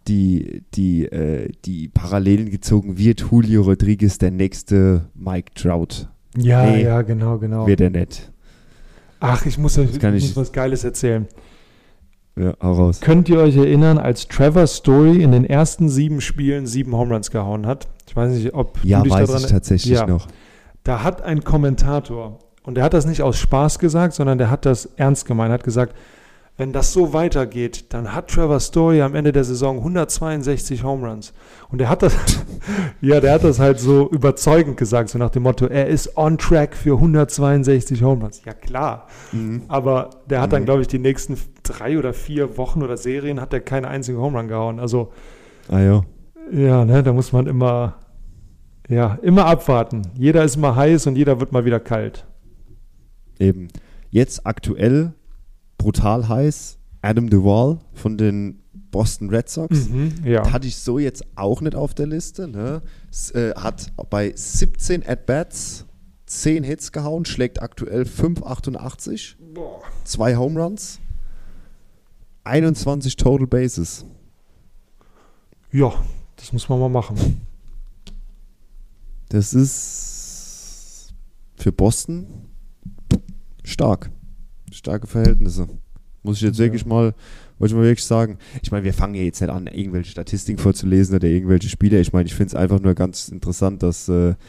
Parallelen gezogen, wird Julio Rodriguez der nächste Mike Trout? Ja, genau. Wird er nicht. Ach, ich muss was Geiles erzählen. Ja, hau raus. Könnt ihr euch erinnern, als Trevor Story in den ersten 7 Spielen 7 Home Runs gehauen hat? Ich weiß nicht, ob du dich daran... Ja, weiß ich tatsächlich noch. Da hat ein Kommentator, und der hat das nicht aus Spaß gesagt, sondern der hat das ernst gemeint, hat gesagt, wenn das so weitergeht, dann hat Trevor Story am Ende der Saison 162 Home Runs. Und der hat das, der hat das halt so überzeugend gesagt, so nach dem Motto, er ist on track für 162 Home Runs. Ja klar, aber der hat dann, glaube ich, die nächsten 3 oder 4 Wochen oder Serien hat er keine einzige Home Run gehauen. Also, ja, ne, da muss man immer abwarten. Jeder ist mal heiß und jeder wird mal wieder kalt. Eben. Jetzt aktuell brutal heiß, Adam Duvall von den Boston Red Sox. Hatte ich so jetzt auch nicht auf der Liste. Ne? Hat bei 17 At-Bats 10 Hits gehauen, schlägt aktuell 5,88. 2 Home Runs. 21 Total Bases. Ja, das muss man mal machen. Das ist für Boston stark. Starke Verhältnisse. Muss ich jetzt wollte ich mal wirklich sagen. Ich meine, wir fangen ja jetzt nicht an, irgendwelche Statistiken vorzulesen oder irgendwelche Spieler. Ich meine, ich finde es einfach nur ganz interessant, dass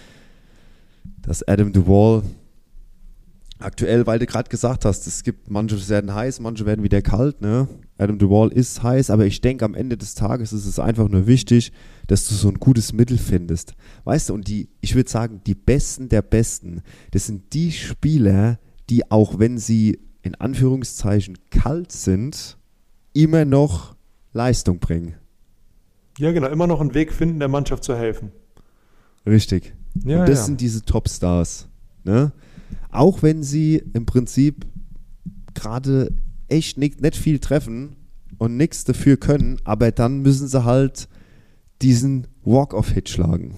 Adam Duvall aktuell, weil du gerade gesagt hast, es gibt manche werden heiß, manche werden wieder kalt, ne? Adam Duvall ist heiß, aber ich denke, am Ende des Tages ist es einfach nur wichtig, dass du so ein gutes Mittel findest. Weißt du, und ich würde sagen, die Besten der Besten, das sind die Spieler, die auch wenn sie in Anführungszeichen kalt sind, immer noch Leistung bringen. Ja, genau, immer noch einen Weg finden, der Mannschaft zu helfen. Richtig. Ja, und das sind diese Topstars. Ne? Auch wenn sie im Prinzip gerade echt nicht viel treffen und nichts dafür können, aber dann müssen sie halt diesen Walk-Off-Hit schlagen.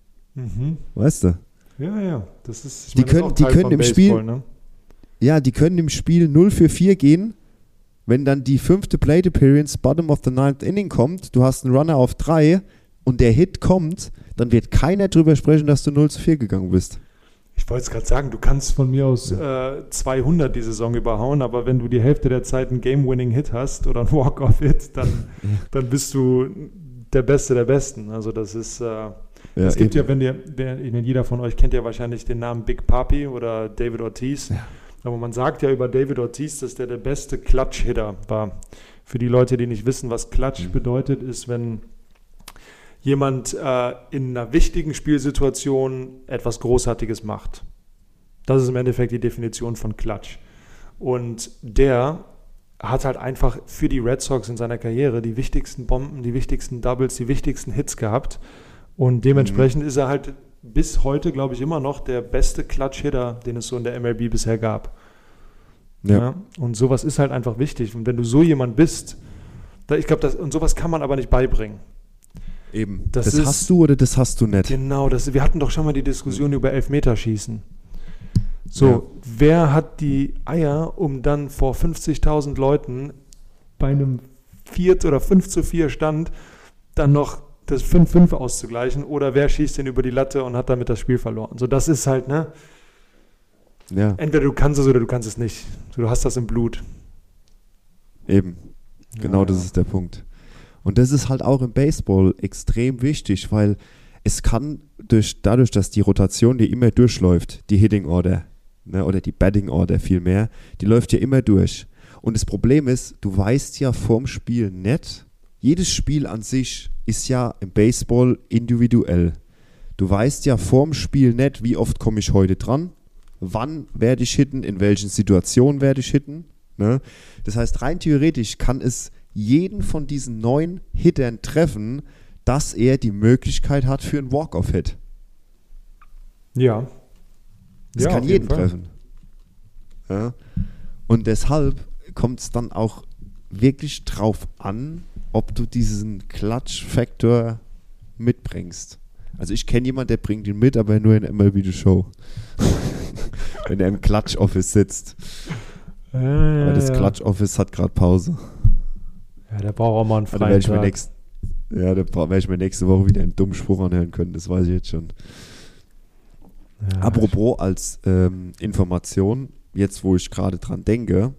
Weißt du? Ja. Das ist, die können im Baseball, Spiel... ne? Ja, die können im Spiel 0-4 gehen, wenn dann die 5. Plate Appearance, bottom of the 9th Inning kommt, du hast einen Runner auf 3 und der Hit kommt, dann wird keiner drüber sprechen, dass du 0-4 gegangen bist. Ich wollte es gerade sagen, du kannst von mir aus 200 die Saison überhauen, aber wenn du die Hälfte der Zeit einen Game-Winning-Hit hast oder einen Walk-Off-Hit, dann bist du der Beste der Besten. Also das ist... es gibt ja, wenn jeder von euch kennt ja wahrscheinlich den Namen Big Papi oder David Ortiz. Ja. Aber man sagt ja über David Ortiz, dass der beste Clutch-Hitter war. Für die Leute, die nicht wissen, was Clutch bedeutet, ist, wenn jemand in einer wichtigen Spielsituation etwas Großartiges macht. Das ist im Endeffekt die Definition von Clutch. Und der hat halt einfach für die Red Sox in seiner Karriere die wichtigsten Bomben, die wichtigsten Doubles, die wichtigsten Hits gehabt. Und dementsprechend ist er halt bis heute, glaube ich, immer noch der beste Clutch-Hitter, den es so in der MLB bisher gab. Ja. Und sowas ist halt einfach wichtig. Und wenn du so jemand bist, ich glaube, und sowas kann man aber nicht beibringen. Eben. Das hast du oder das hast du nicht. Genau, wir hatten doch schon mal die Diskussion über Elfmeterschießen. So, wer hat die Eier, um dann vor 50.000 Leuten bei einem 4 oder 5:4 Stand dann noch das 5:5 auszugleichen? Oder wer schießt den über die Latte und hat damit das Spiel verloren? So, das ist halt, ne? Ja, Entweder du kannst es oder du kannst es nicht. So, du hast das im Blut. eben. Genau, Ja, das ja. ist der Punkt. Und das ist halt auch im Baseball extrem wichtig, weil es kann dadurch, dass die Rotation die immer durchläuft, die Hitting Order, ne, oder die Batting Order vielmehr, die läuft ja immer durch. Und das Problem ist, du weißt ja vorm Spiel nicht, jedes Spiel an sich ist ja im Baseball individuell. Du weißt ja vorm Spiel nicht, wie oft komme ich heute dran, wann werde ich hitten, in welchen Situationen werde ich hitten. Ne? Das heißt, rein theoretisch kann es jeden von diesen 9 Hittern treffen, dass er die Möglichkeit hat für einen Walk-Off-Hit. Ja. Das Ja, kann auf jeden jeden Fall. treffen. Ja? Und deshalb kommt es dann auch wirklich drauf an, ob du diesen Klatsch-Faktor mitbringst. Also ich kenne jemanden, der bringt ihn mit, aber nur in MLB The Show. Wenn er im Klatsch-Office sitzt. Weil das Klatsch-Office hat gerade Pause. Ja, der braucht auch mal einen Also freien werde Tag. ich mir nächste Woche wieder einen dummen Spruch anhören können, das weiß ich jetzt schon. Ja, Apropos als Information, jetzt wo ich gerade dran denke,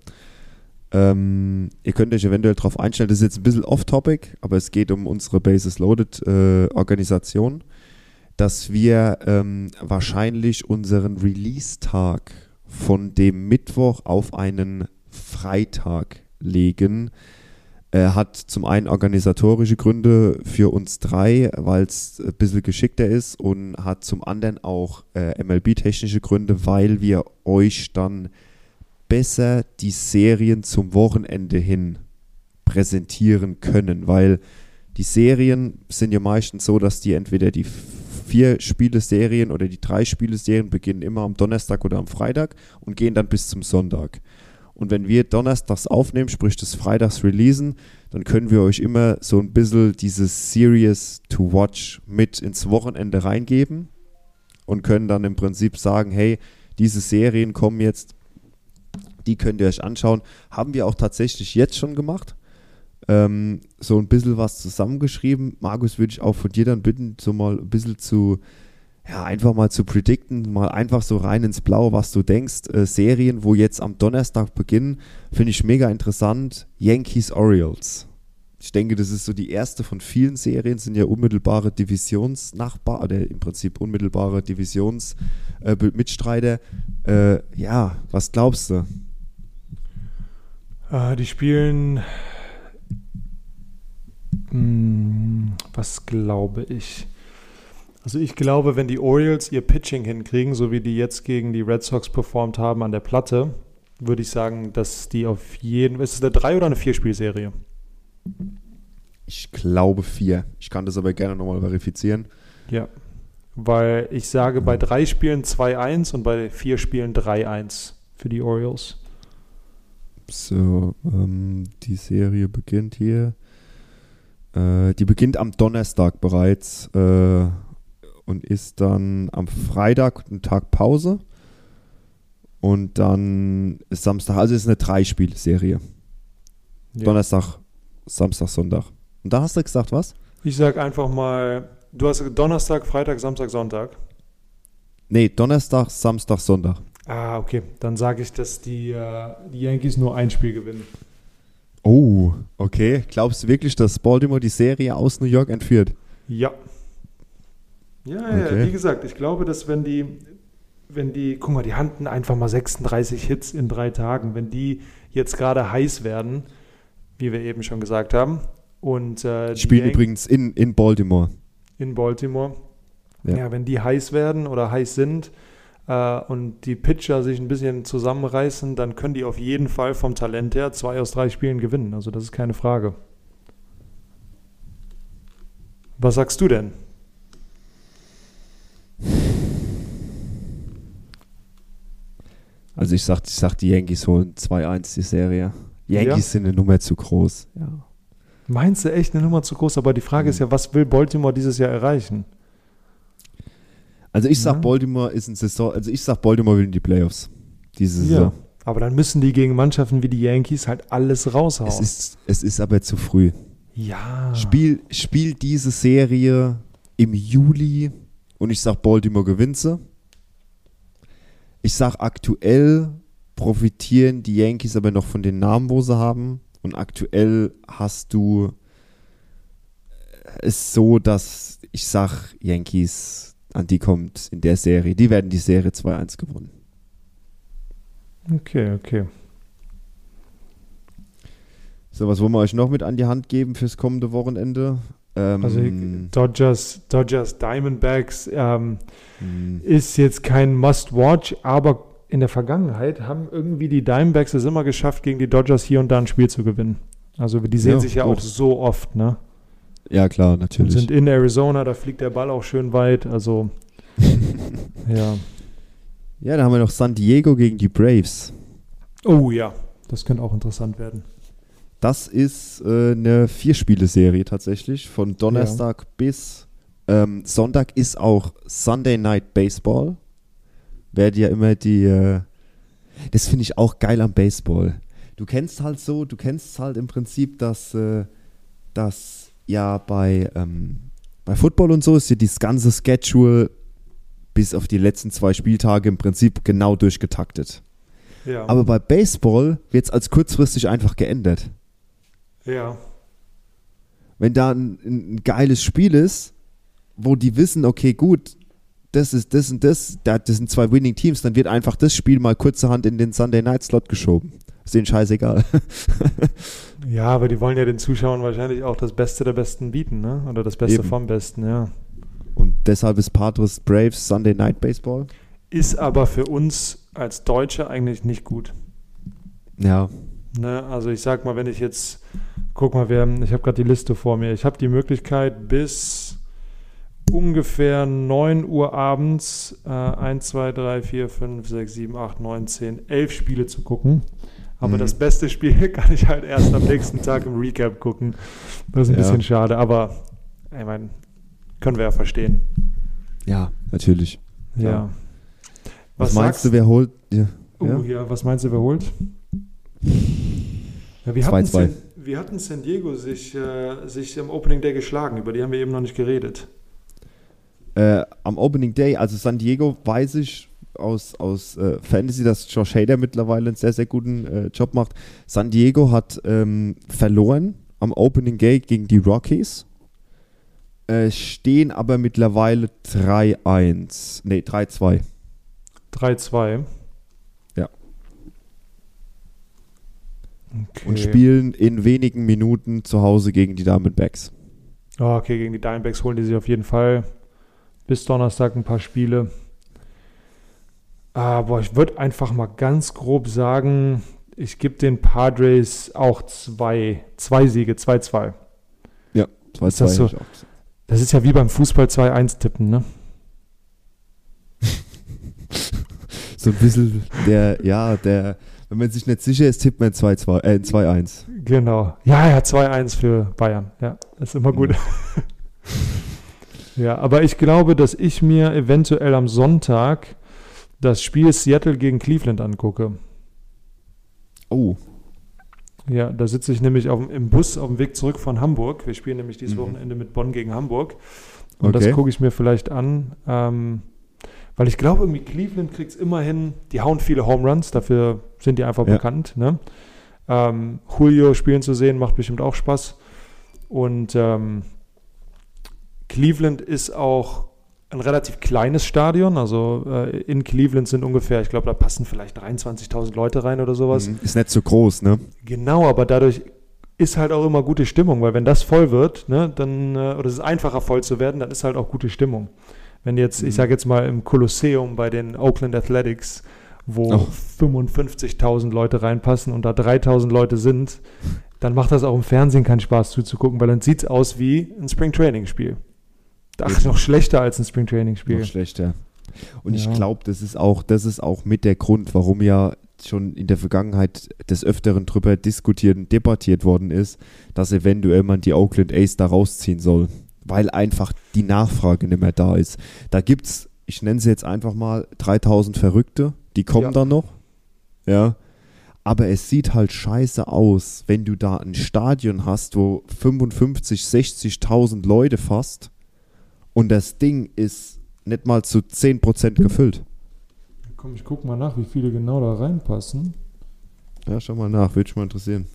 ihr könnt euch eventuell darauf einstellen, das ist jetzt ein bisschen off-topic, aber es geht um unsere Bases Loaded Organisation, dass wir wahrscheinlich unseren Release-Tag von dem Mittwoch auf einen Freitag legen. Hat zum einen organisatorische Gründe für uns 3, weil es ein bisschen geschickter ist, und hat zum anderen auch MLB-technische Gründe, weil wir euch dann besser die Serien zum Wochenende hin präsentieren können, weil die Serien sind ja meistens so, dass die entweder die 4-Spiele-Serien oder die 3-Spiele-Serien beginnen immer am Donnerstag oder am Freitag und gehen dann bis zum Sonntag. Und wenn wir donnerstags aufnehmen, sprich das freitags releasen, dann können wir euch immer so ein bisschen dieses Series to Watch mit ins Wochenende reingeben und können dann im Prinzip sagen, hey, diese Serien kommen jetzt, die könnt ihr euch anschauen. Haben wir auch tatsächlich jetzt schon gemacht. So ein bisschen was zusammengeschrieben. Markus, würde ich auch von dir dann bitten, so mal ein bisschen einfach mal zu predikten, mal einfach so rein ins Blaue, was du denkst. Serien, wo jetzt am Donnerstag beginnen, finde ich mega interessant. Yankees-Orioles. Ich denke, das ist so die erste von vielen Serien, sind ja unmittelbare Divisionsnachbar, oder im Prinzip unmittelbare Divisionsmitstreiter. Was glaubst du? Die spielen, was glaube ich? Also ich glaube, wenn die Orioles ihr Pitching hinkriegen, so wie die jetzt gegen die Red Sox performt haben an der Platte, würde ich sagen, dass die auf jeden Fall... Ist es eine 3- oder eine 4-Spielserie? Ich glaube 4. Ich kann das aber gerne nochmal verifizieren. Ja, weil ich sage bei 3 Spielen 2-1 und bei 4 Spielen 3-1 für die Orioles. So, die Serie beginnt hier. Die beginnt am Donnerstag bereits und ist dann am Freitag einen Tag Pause und dann ist Samstag, also ist eine 3-Spiel-Serie. Ja. Donnerstag, Samstag, Sonntag. Und da hast du gesagt, was? Ich sage einfach mal, du hast Donnerstag, Freitag, Samstag, Sonntag. Nee, Donnerstag, Samstag, Sonntag. Ah, okay. Dann sage ich, dass die Yankees nur ein Spiel gewinnen. Oh, okay. Glaubst du wirklich, dass Baltimore die Serie aus New York entführt? Ja. Ja, Okay. wie gesagt, ich glaube, dass wenn die, guck mal, die hatten einfach mal 36 Hits in 3 Tagen, wenn die jetzt gerade heiß werden, wie wir eben schon gesagt haben, und die Spielen Yankees übrigens in Baltimore. in Baltimore, Ja. ja, wenn die heiß werden oder heiß sind und die Pitcher sich ein bisschen zusammenreißen, dann können die auf jeden Fall vom Talent her 2 aus 3 Spielen gewinnen. Also das ist keine Frage. Was sagst du denn? Also ich sag, die Yankees holen 2-1 die Serie. Yankees Ja. sind eine Nummer zu groß. Ja. Meinst du echt eine Nummer zu groß? Aber die Frage ist ja, was will Baltimore dieses Jahr erreichen? Also ich sag, Baltimore ist ein Saison, also ich sag, Baltimore will in die Playoffs. Diese Saison. Ja, aber dann müssen die gegen Mannschaften wie die Yankees halt alles raushauen. Es ist aber zu früh. Ja. Spiel diese Serie im Juli und ich sag, Baltimore gewinnt sie. Ich sag, aktuell profitieren die Yankees aber noch von den Namen, wo sie haben. Und aktuell hast du es so, dass ich sag, Yankees, an die kommt in der Serie. Die werden die Serie 2-1 gewonnen. Okay. So, was wollen wir euch noch mit an die Hand geben fürs kommende Wochenende? Also Dodgers Diamondbacks ist jetzt kein Must-Watch, aber in der Vergangenheit haben irgendwie die Diamondbacks es immer geschafft, gegen die Dodgers hier und da ein Spiel zu gewinnen. Also die sehen sich ja gut. auch so oft, ne? Ja, klar, natürlich. Und sind in Arizona, da fliegt der Ball auch schön weit, also ja. Ja, da haben wir noch San Diego gegen die Braves. Oh ja, das könnte auch interessant werden. Das ist eine 4-Spiele-Serie tatsächlich. Von Donnerstag bis Sonntag ist auch Sunday Night Baseball. Werden ja immer das finde ich auch geil am Baseball. Du kennst halt im Prinzip, dass ja bei Football und so ist ja dieses ganze Schedule bis auf die letzten 2 Spieltage im Prinzip genau durchgetaktet. Ja. Aber bei Baseball wird es als kurzfristig einfach geändert. Ja. Wenn da ein geiles Spiel ist, wo die wissen, okay, gut, das ist das und das sind 2 Winning Teams, dann wird einfach das Spiel mal kurzerhand in den Sunday Night Slot geschoben. Ist denen scheißegal. Ja, aber die wollen ja den Zuschauern wahrscheinlich auch das Beste der Besten bieten, ne? Oder das Beste Eben. vom Besten, ja. Und deshalb ist Padres Braves Sunday Night Baseball. Ist aber für uns als Deutsche eigentlich nicht gut. Ja. Ne? Also ich sag mal, wenn ich jetzt, guck mal, ich habe gerade die Liste vor mir. Ich habe die Möglichkeit bis ungefähr 9 Uhr abends 1, 2, 3, 4, 5, 6, 7, 8, 9, 10, 11 Spiele zu gucken. Aber das beste Spiel kann ich halt erst am nächsten Tag im Recap gucken. Das ist ein bisschen schade, aber ich meine, können wir ja verstehen. Ja, natürlich. Ja. Was meinst du, wer holt? Ja. Was meinst du, wer holt? Ja, wir hatten San Diego sich im Opening Day geschlagen, über die haben wir eben noch nicht geredet. Am Opening Day, also San Diego, weiß ich aus Fantasy, dass Josh Hader mittlerweile einen sehr, sehr guten Job macht. San Diego hat verloren am Opening Day gegen die Rockies, stehen aber mittlerweile 3-2. 3-2. Ja. Okay. Und spielen in wenigen Minuten zu Hause gegen die Diamondbacks. Okay, gegen die Diamondbacks holen die sich auf jeden Fall bis Donnerstag ein paar Spiele. Aber ich würde einfach mal ganz grob sagen, ich gebe den Padres auch 2 Siege, 2-2. Ja, 2-2. Ist das so? Das ist ja wie beim Fußball 2-1 tippen, ne? So ein bisschen wenn man sich nicht sicher ist, tippt man 2-1. Genau. Ja, 2-1 für Bayern. Ja, ist immer gut. Ja, aber ich glaube, dass ich mir eventuell am Sonntag das Spiel Seattle gegen Cleveland angucke. Oh. Ja, da sitze ich nämlich im Bus auf dem Weg zurück von Hamburg. Wir spielen nämlich dieses Wochenende mit Bonn gegen Hamburg. Und das gucke ich mir vielleicht an, weil ich glaube, irgendwie Cleveland kriegt es immer hin, die hauen viele Home Runs, dafür sind die einfach bekannt. Ne? Julio spielen zu sehen, macht bestimmt auch Spaß. Und Cleveland ist auch ein relativ kleines Stadion, also in Cleveland sind ungefähr, ich glaube, da passen vielleicht 23.000 Leute rein oder sowas. Ist nicht so groß, ne? Genau, aber dadurch ist halt auch immer gute Stimmung, weil wenn das voll wird, ne, dann, oder es ist einfacher voll zu werden, dann ist halt auch gute Stimmung. Wenn jetzt, ich sage jetzt mal im Kolosseum bei den Oakland Athletics, wo 55.000 Leute reinpassen und da 3.000 Leute sind, dann macht das auch im Fernsehen keinen Spaß zuzugucken, weil dann sieht es aus wie ein Spring-Training-Spiel. Ach, noch schlechter als ein Spring-Training-Spiel. Noch schlechter. Und ich glaube, das ist auch mit der Grund, warum ja schon in der Vergangenheit des Öfteren drüber diskutiert und debattiert worden ist, dass eventuell man die Oakland A's da rausziehen soll, weil einfach die Nachfrage nicht mehr da ist. Da gibt's ich nenne sie jetzt einfach mal 3000 Verrückte, die kommen dann noch. Ja. Aber es sieht halt scheiße aus, wenn du da ein Stadion hast, wo 55.000, 60.000 Leute fast und das Ding ist nicht mal zu 10% gefüllt. Komm, ich guck mal nach, wie viele genau da reinpassen. Ja, schau mal nach, würde mich mal interessieren.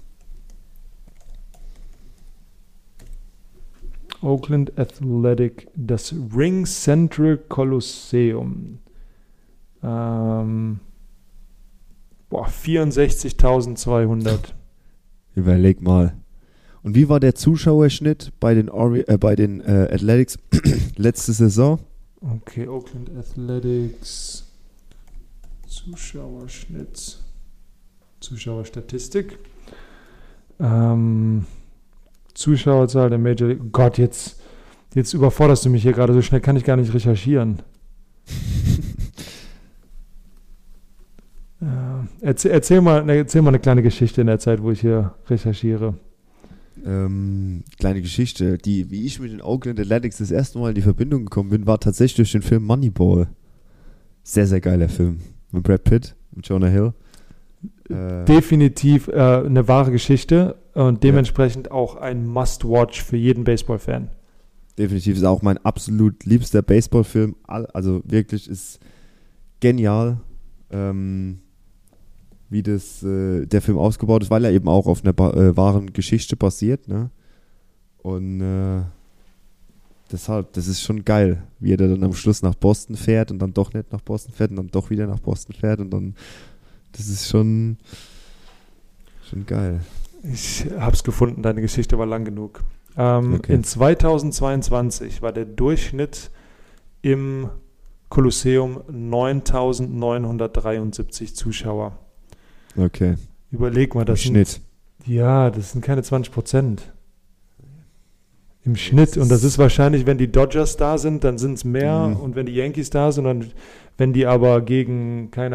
Oakland Athletic, das Ring Central Coliseum. 64.200. Überleg mal. Und wie war der Zuschauerschnitt bei den, Athletics letzte Saison? Okay, Oakland Athletics. Zuschauerschnitt. Zuschauerstatistik. Zuschauerzahl der Major League. Gott, jetzt überforderst du mich hier gerade. So schnell kann ich gar nicht recherchieren. Erzähl mal eine kleine Geschichte in der Zeit, wo ich hier recherchiere. Kleine Geschichte. Wie ich mit den Oakland Athletics das erste Mal in die Verbindung gekommen bin, war tatsächlich durch den Film Moneyball. Sehr, sehr geiler Film. Mit Brad Pitt, mit Jonah Hill. Definitiv eine wahre Geschichte und dementsprechend auch ein Must-Watch für jeden Baseball-Fan. Definitiv ist auch mein absolut liebster Baseball-Film. Also wirklich ist genial, wie der Film ausgebaut ist, weil er eben auch auf einer wahren Geschichte basiert. Ne? Und deshalb, das ist schon geil, wie er dann am Schluss nach Boston fährt und dann doch nicht nach Boston fährt und dann doch wieder nach Boston fährt und dann, das ist schon geil. Ich hab's gefunden, deine Geschichte war lang genug. Okay. In 2022 war der Durchschnitt im Kolosseum 9.973 Zuschauer. Okay. Überleg mal, das Schnitt. Das sind keine 20%. Im Schnitt. Und das ist wahrscheinlich, wenn die Dodgers da sind, dann sind es mehr. Und wenn die Yankees da sind, und wenn die aber gegen St.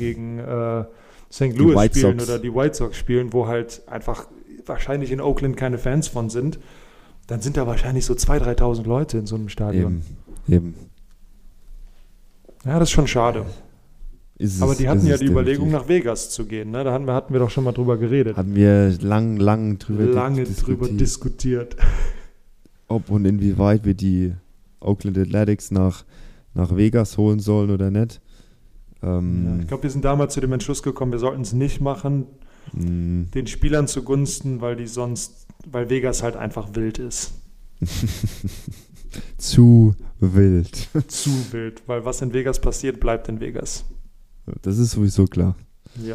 Louis spielen oder die White Sox spielen, wo halt einfach wahrscheinlich in Oakland keine Fans von sind, dann sind da wahrscheinlich so 2.000, 3.000 Leute in so einem Stadion. Eben. Ja, das ist schon schade. Aber die hatten ja die Überlegung, nach Vegas zu gehen. Ne? Da hatten wir doch schon mal drüber geredet. Haben wir lange drüber diskutiert. Ob und inwieweit wir die Oakland Athletics nach Vegas holen sollen oder nicht. Ich glaube, wir sind damals zu dem Entschluss gekommen, wir sollten es nicht machen, den Spielern zugunsten, weil Vegas halt einfach wild ist. Zu wild. Zu wild, weil was in Vegas passiert, bleibt in Vegas. Das ist sowieso klar. Ja.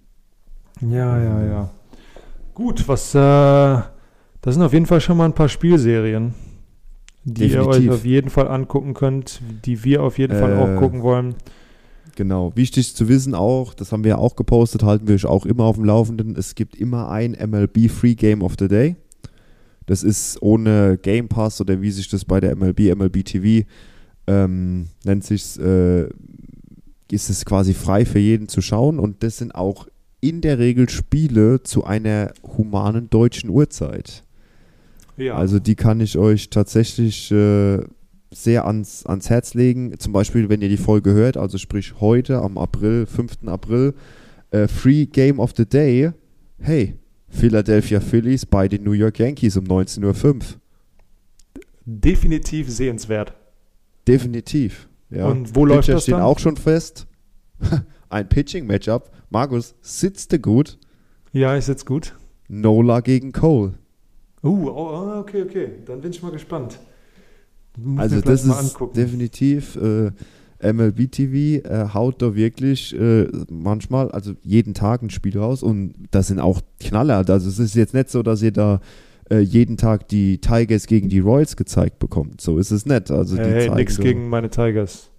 Gut, das sind auf jeden Fall schon mal ein paar Spielserien, die ihr euch auf jeden Fall angucken könnt, die wir auf jeden Fall auch gucken wollen. Genau, wichtig zu wissen auch, das haben wir ja auch gepostet, halten wir euch auch immer auf dem Laufenden, es gibt immer ein MLB Free Game of the Day. Das ist ohne Game Pass oder wie sich das bei der MLB TV nennt sich's, ist es quasi frei für jeden zu schauen und das sind auch in der Regel Spiele zu einer humanen deutschen Uhrzeit. Ja. Also die kann ich euch tatsächlich sehr ans Herz legen. Zum Beispiel, wenn ihr die Folge hört, also sprich heute am 5. April, Free Game of the Day, hey, Philadelphia Phillies bei den New York Yankees um 19:05 Uhr. Definitiv sehenswert. Definitiv. Ja. Und wo läuft das stehen dann? Auch schon fest. Ein Pitching-Matchup. Markus, sitzt du gut? Ja, ich sitze gut. Nola gegen Cole. Okay. Dann bin ich mal gespannt. Also das ist definitiv MLB TV haut da wirklich manchmal, also jeden Tag ein Spiel raus und das sind auch Knaller. Also es ist jetzt nicht so, dass ihr da jeden Tag die Tigers gegen die Royals gezeigt bekommt. So ist es nicht. Also nix gegen meine Tigers.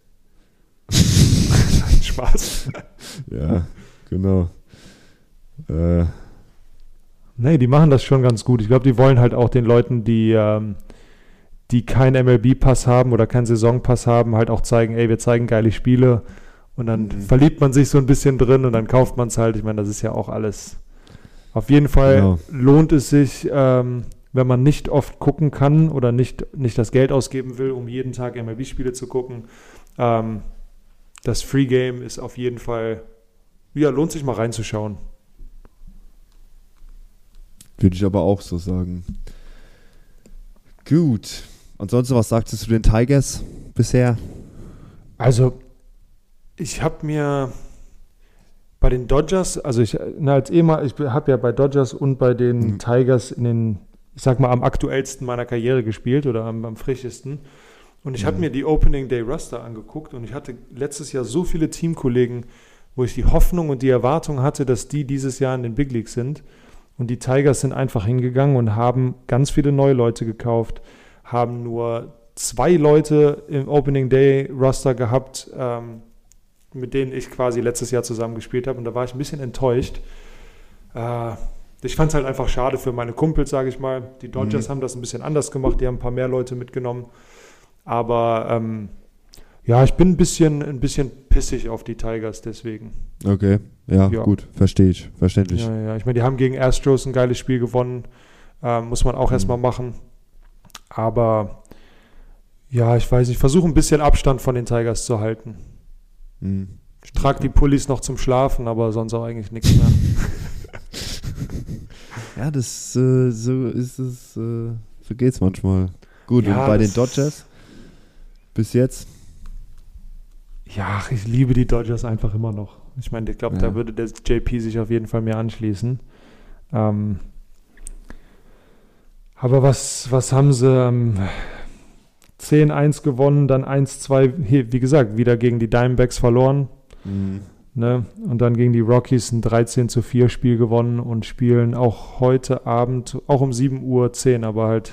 Spaß. Ja, genau. Nee, die machen das schon ganz gut. Ich glaube, die wollen halt auch den Leuten, die keinen MLB-Pass haben oder keinen Saisonpass haben, halt auch zeigen, ey, wir zeigen geile Spiele und dann verliebt man sich so ein bisschen drin und dann kauft man es halt. Ich meine, das ist ja auch alles. Auf jeden Fall lohnt es sich, wenn man nicht oft gucken kann oder nicht das Geld ausgeben will, um jeden Tag MLB-Spiele zu gucken. Das Free Game ist auf jeden Fall, ja, lohnt sich mal reinzuschauen. Würde ich aber auch so sagen. Gut. Ansonsten, was sagst du zu den Tigers bisher? Also, ich habe mir bei den Dodgers, also ich habe ja bei Dodgers und bei den Tigers ich sag mal, am aktuellsten meiner Karriere gespielt oder am frischesten. Und ich habe mir die Opening Day Roster angeguckt und ich hatte letztes Jahr so viele Teamkollegen, wo ich die Hoffnung und die Erwartung hatte, dass die dieses Jahr in den Big Leagues sind. Und die Tigers sind einfach hingegangen und haben ganz viele neue Leute gekauft, haben nur 2 Leute im Opening Day Roster gehabt, mit denen ich quasi letztes Jahr zusammen gespielt habe. Und da war ich ein bisschen enttäuscht. Ich fand es halt einfach schade für meine Kumpels, sage ich mal. Die Dodgers haben das ein bisschen anders gemacht. Die haben ein paar mehr Leute mitgenommen. Aber ja, ich bin ein bisschen pissig auf die Tigers deswegen. Okay, ja. Gut, verstehe ich, verständlich. Ja. Ich meine, die haben gegen Astros ein geiles Spiel gewonnen. Muss man auch erstmal machen. Aber ja, ich weiß nicht, ich versuche ein bisschen Abstand von den Tigers zu halten. Ich trage die Pullis noch zum Schlafen, aber sonst auch eigentlich nichts mehr. Ja, so ist es, so geht's manchmal. Gut, ja, und bei den Dodgers bis jetzt? Ja, ich liebe die Dodgers einfach immer noch. Ich meine, ich glaube, da würde der JP sich auf jeden Fall mehr anschließen. Aber was haben sie? 10-1 gewonnen, dann 1-2, wie gesagt, wieder gegen die Diamondbacks verloren. Ne? Und dann gegen die Rockies ein 13-4 Spiel gewonnen und spielen auch heute Abend, auch um 7:10 Uhr, aber halt,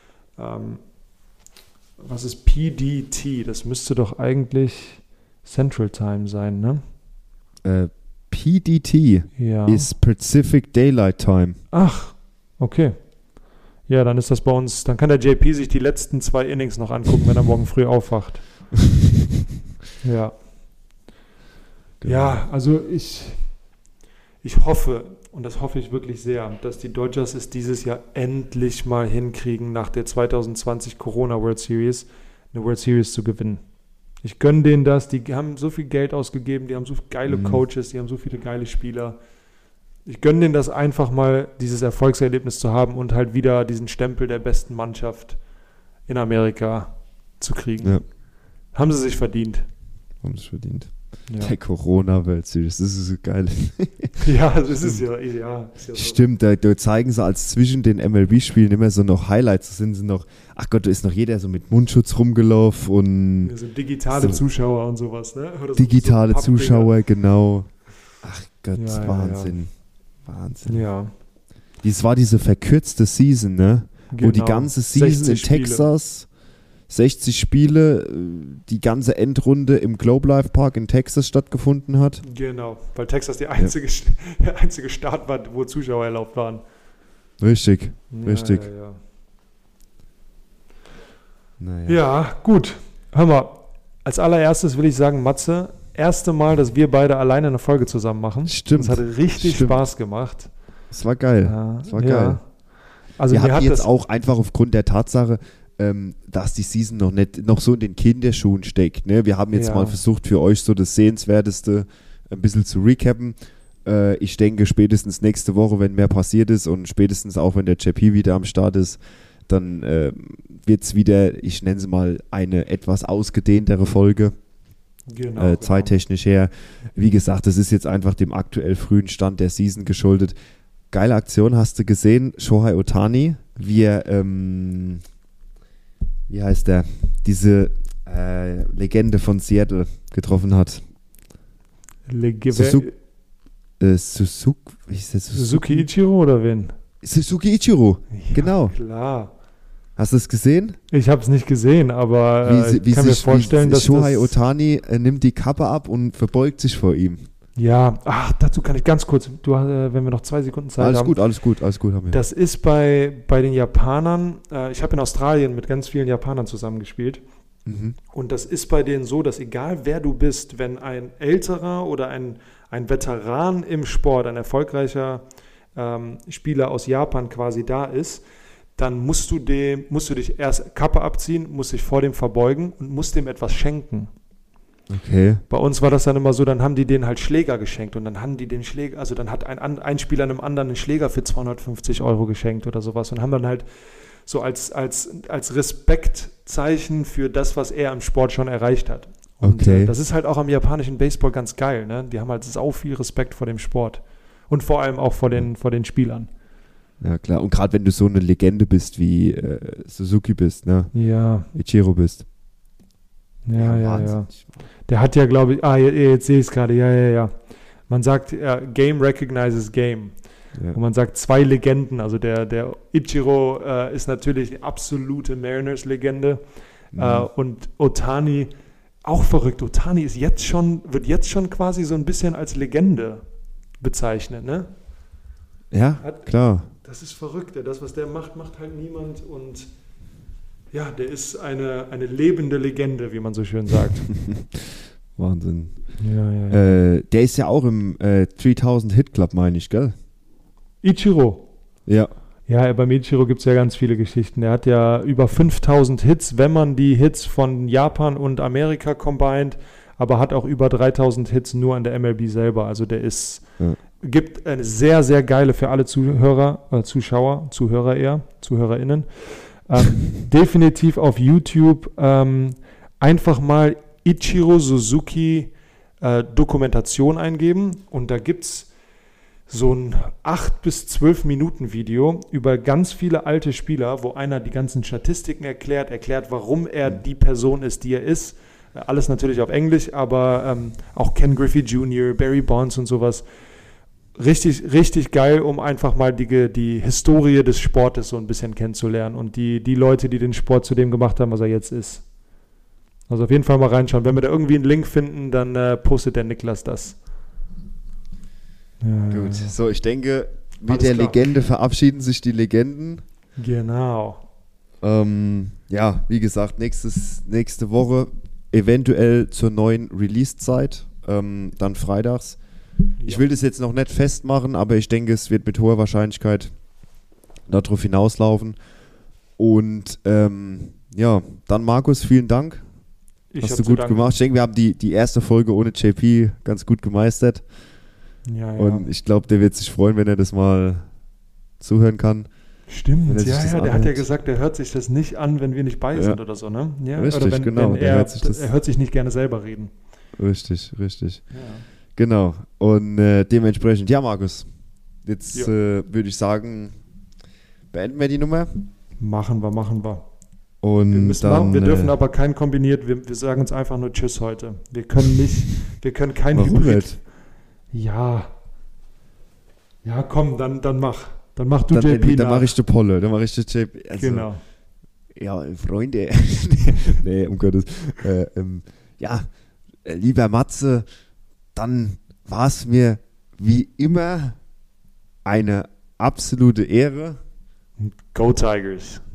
was ist PDT? Das müsste doch eigentlich Central Time sein, ne? PDT ist Pacific Daylight Time. Ach, okay. Ja, dann ist das bei uns, dann kann der JP sich die letzten 2 Innings noch angucken, wenn er morgen früh aufwacht. Ja. Genau. Ja, also ich hoffe, und das hoffe ich wirklich sehr, dass die Dodgers es dieses Jahr endlich mal hinkriegen, nach der 2020 Corona World Series eine World Series zu gewinnen. Ich gönne denen das, die haben so viel Geld ausgegeben, die haben so geile Coaches, die haben so viele geile Spieler. Ich gönne denen das einfach mal, dieses Erfolgserlebnis zu haben und halt wieder diesen Stempel der besten Mannschaft in Amerika zu kriegen. Ja. Haben sie sich verdient. Haben sie verdient. Ja. Der Corona-World Series, das ist so geil. Ja, das ist ja, ist ja so. Stimmt, da zeigen sie als zwischen den MLB-Spielen immer so noch Highlights. Da sind sie noch, ach Gott, da ist noch jeder so mit Mundschutz rumgelaufen und ja, so digitale Zuschauer und sowas, ne? Oder digitale Zuschauer, genau. Ach Gott, ja, Wahnsinn. Ja. Wahnsinn. Ja. Das war diese verkürzte Season, ne? Genau. Wo die ganze Season in Texas, 60 Spiele, die ganze Endrunde im Globe Life Park in Texas stattgefunden hat. Genau, weil Texas der einzige Staat war, wo Zuschauer erlaubt waren. Richtig. Ja. Naja. Ja, gut. Hör mal, als allererstes will ich sagen, Matze, erste Mal, dass wir beide alleine eine Folge zusammen machen. Stimmt. Das hat richtig Spaß gemacht. Das war geil. Ja. Also wir hatten jetzt auch einfach aufgrund der Tatsache, dass die Season noch so in den Kinderschuhen steckt. Ne? Wir haben jetzt mal versucht, für euch so das Sehenswerteste ein bisschen zu recappen. Ich denke, spätestens nächste Woche, wenn mehr passiert ist und spätestens auch, wenn der JP wieder am Start ist, dann wird es wieder, ich nenne sie mal, eine etwas ausgedehntere Folge. Genau, zeittechnisch her. Wie gesagt, das ist jetzt einfach dem aktuell frühen Stand der Season geschuldet. Geile Aktion, hast du gesehen? Shohei Ohtani, wie heißt der? Diese Legende von Seattle getroffen hat. Suzuki Ichiro oder wen? Suzuki Ichiro, ja, genau. Klar. Hast du es gesehen? Ich habe es nicht gesehen, aber ich kann mir vorstellen, dass Shohei Ohtani nimmt die Kappe ab und verbeugt sich vor ihm. Ja, dazu kann ich ganz kurz, wenn wir noch 2 Sekunden Zeit haben. Alles gut. Haben wir. Das ist bei den Japanern, ich habe in Australien mit ganz vielen Japanern zusammengespielt. Und das ist bei denen so, dass egal wer du bist, wenn ein älterer oder ein Veteran im Sport, ein erfolgreicher Spieler aus Japan quasi da ist, dann musst du dich erst Kappe abziehen, musst dich vor dem verbeugen und musst dem etwas schenken. Okay. Bei uns war das dann immer so, dann haben die denen halt Schläger geschenkt und dann haben die den Schläger, also dann hat ein Spieler einem anderen einen Schläger für 250 € geschenkt oder sowas und haben dann halt so als Respektzeichen für das, was er im Sport schon erreicht hat. Und Okay. das ist halt auch am japanischen Baseball ganz geil, ne? Die haben halt sau viel Respekt vor dem Sport und vor allem auch vor den Spielern. Ja, klar. Und gerade wenn du so eine Legende bist, wie Suzuki bist, ne? Ja, Ichiro bist. ja. Wahnsinnig. Der hat ja, glaube ich, jetzt sehe ich es gerade, ja. Man sagt, Game recognizes Game. Ja. Und man sagt 2 Legenden, also der Ichiro ist natürlich eine absolute Mariners-Legende und Ohtani, auch verrückt, Ohtani wird jetzt schon quasi so ein bisschen als Legende bezeichnet, ne? Ja, klar. Das ist verrückt, das, was der macht halt niemand und ja, der ist eine lebende Legende, wie man so schön sagt. Wahnsinn. Ja. Der ist ja auch im 3000 Hit Club, meine ich, gell? Ichiro. Ja. Ja, beim Ichiro gibt es ja ganz viele Geschichten. Er hat ja über 5000 Hits, wenn man die Hits von Japan und Amerika combined, aber hat auch über 3000 Hits nur an der MLB selber. Also der gibt eine sehr, sehr geile für alle ZuhörerInnen. Definitiv auf YouTube einfach mal Ichiro Suzuki Dokumentation eingeben und da gibt es so ein 8 bis 12 Minuten Video über ganz viele alte Spieler, wo einer die ganzen Statistiken erklärt, warum er die Person ist, die er ist. Alles natürlich auf Englisch, aber auch Ken Griffey Jr., Barry Bonds und sowas. Richtig, richtig geil, um einfach mal die Historie des Sportes so ein bisschen kennenzulernen und die Leute, die den Sport zu dem gemacht haben, was er jetzt ist. Also auf jeden Fall mal reinschauen. Wenn wir da irgendwie einen Link finden, dann postet der Niklas das. Ja, Gut. So, ich denke, mit Alles der klar. Legende verabschieden sich die Legenden. Genau. Ja, wie gesagt, nächste Woche eventuell zur neuen Release-Zeit, dann freitags. Ich will das jetzt noch nicht festmachen, aber ich denke, es wird mit hoher Wahrscheinlichkeit darauf hinauslaufen. Und ja, dann Markus, vielen Dank. Hast du gut gemacht. Ich denke, wir haben die erste Folge ohne JP ganz gut gemeistert. Ja. Und ich glaube, der wird sich freuen, wenn er das mal zuhören kann. Stimmt, Wenn er sich das der hat ja anhört. gesagt, er hört sich das nicht an, wenn wir nicht bei sind oder so, ne? Ja, Richtig, oder genau, wenn der er hört sich das- hört sich nicht gerne selber reden. Richtig. Ja. Genau. Und dementsprechend, ja, Markus, jetzt würde ich sagen, beenden wir die Nummer. Machen wir. Und Wir dürfen aber kein kombiniert, wir sagen uns einfach nur Tschüss heute. Wir können kein Warum Hybrid. nicht? Ja, komm, dann mach. Dann mach du Dann JP nach. mache ich die Polle, dann mache ich die JP. Also, Genau. Ja, Freunde. Nee, um Gottes. Lieber Matze, dann war es mir wie immer eine absolute Ehre. Go Tigers.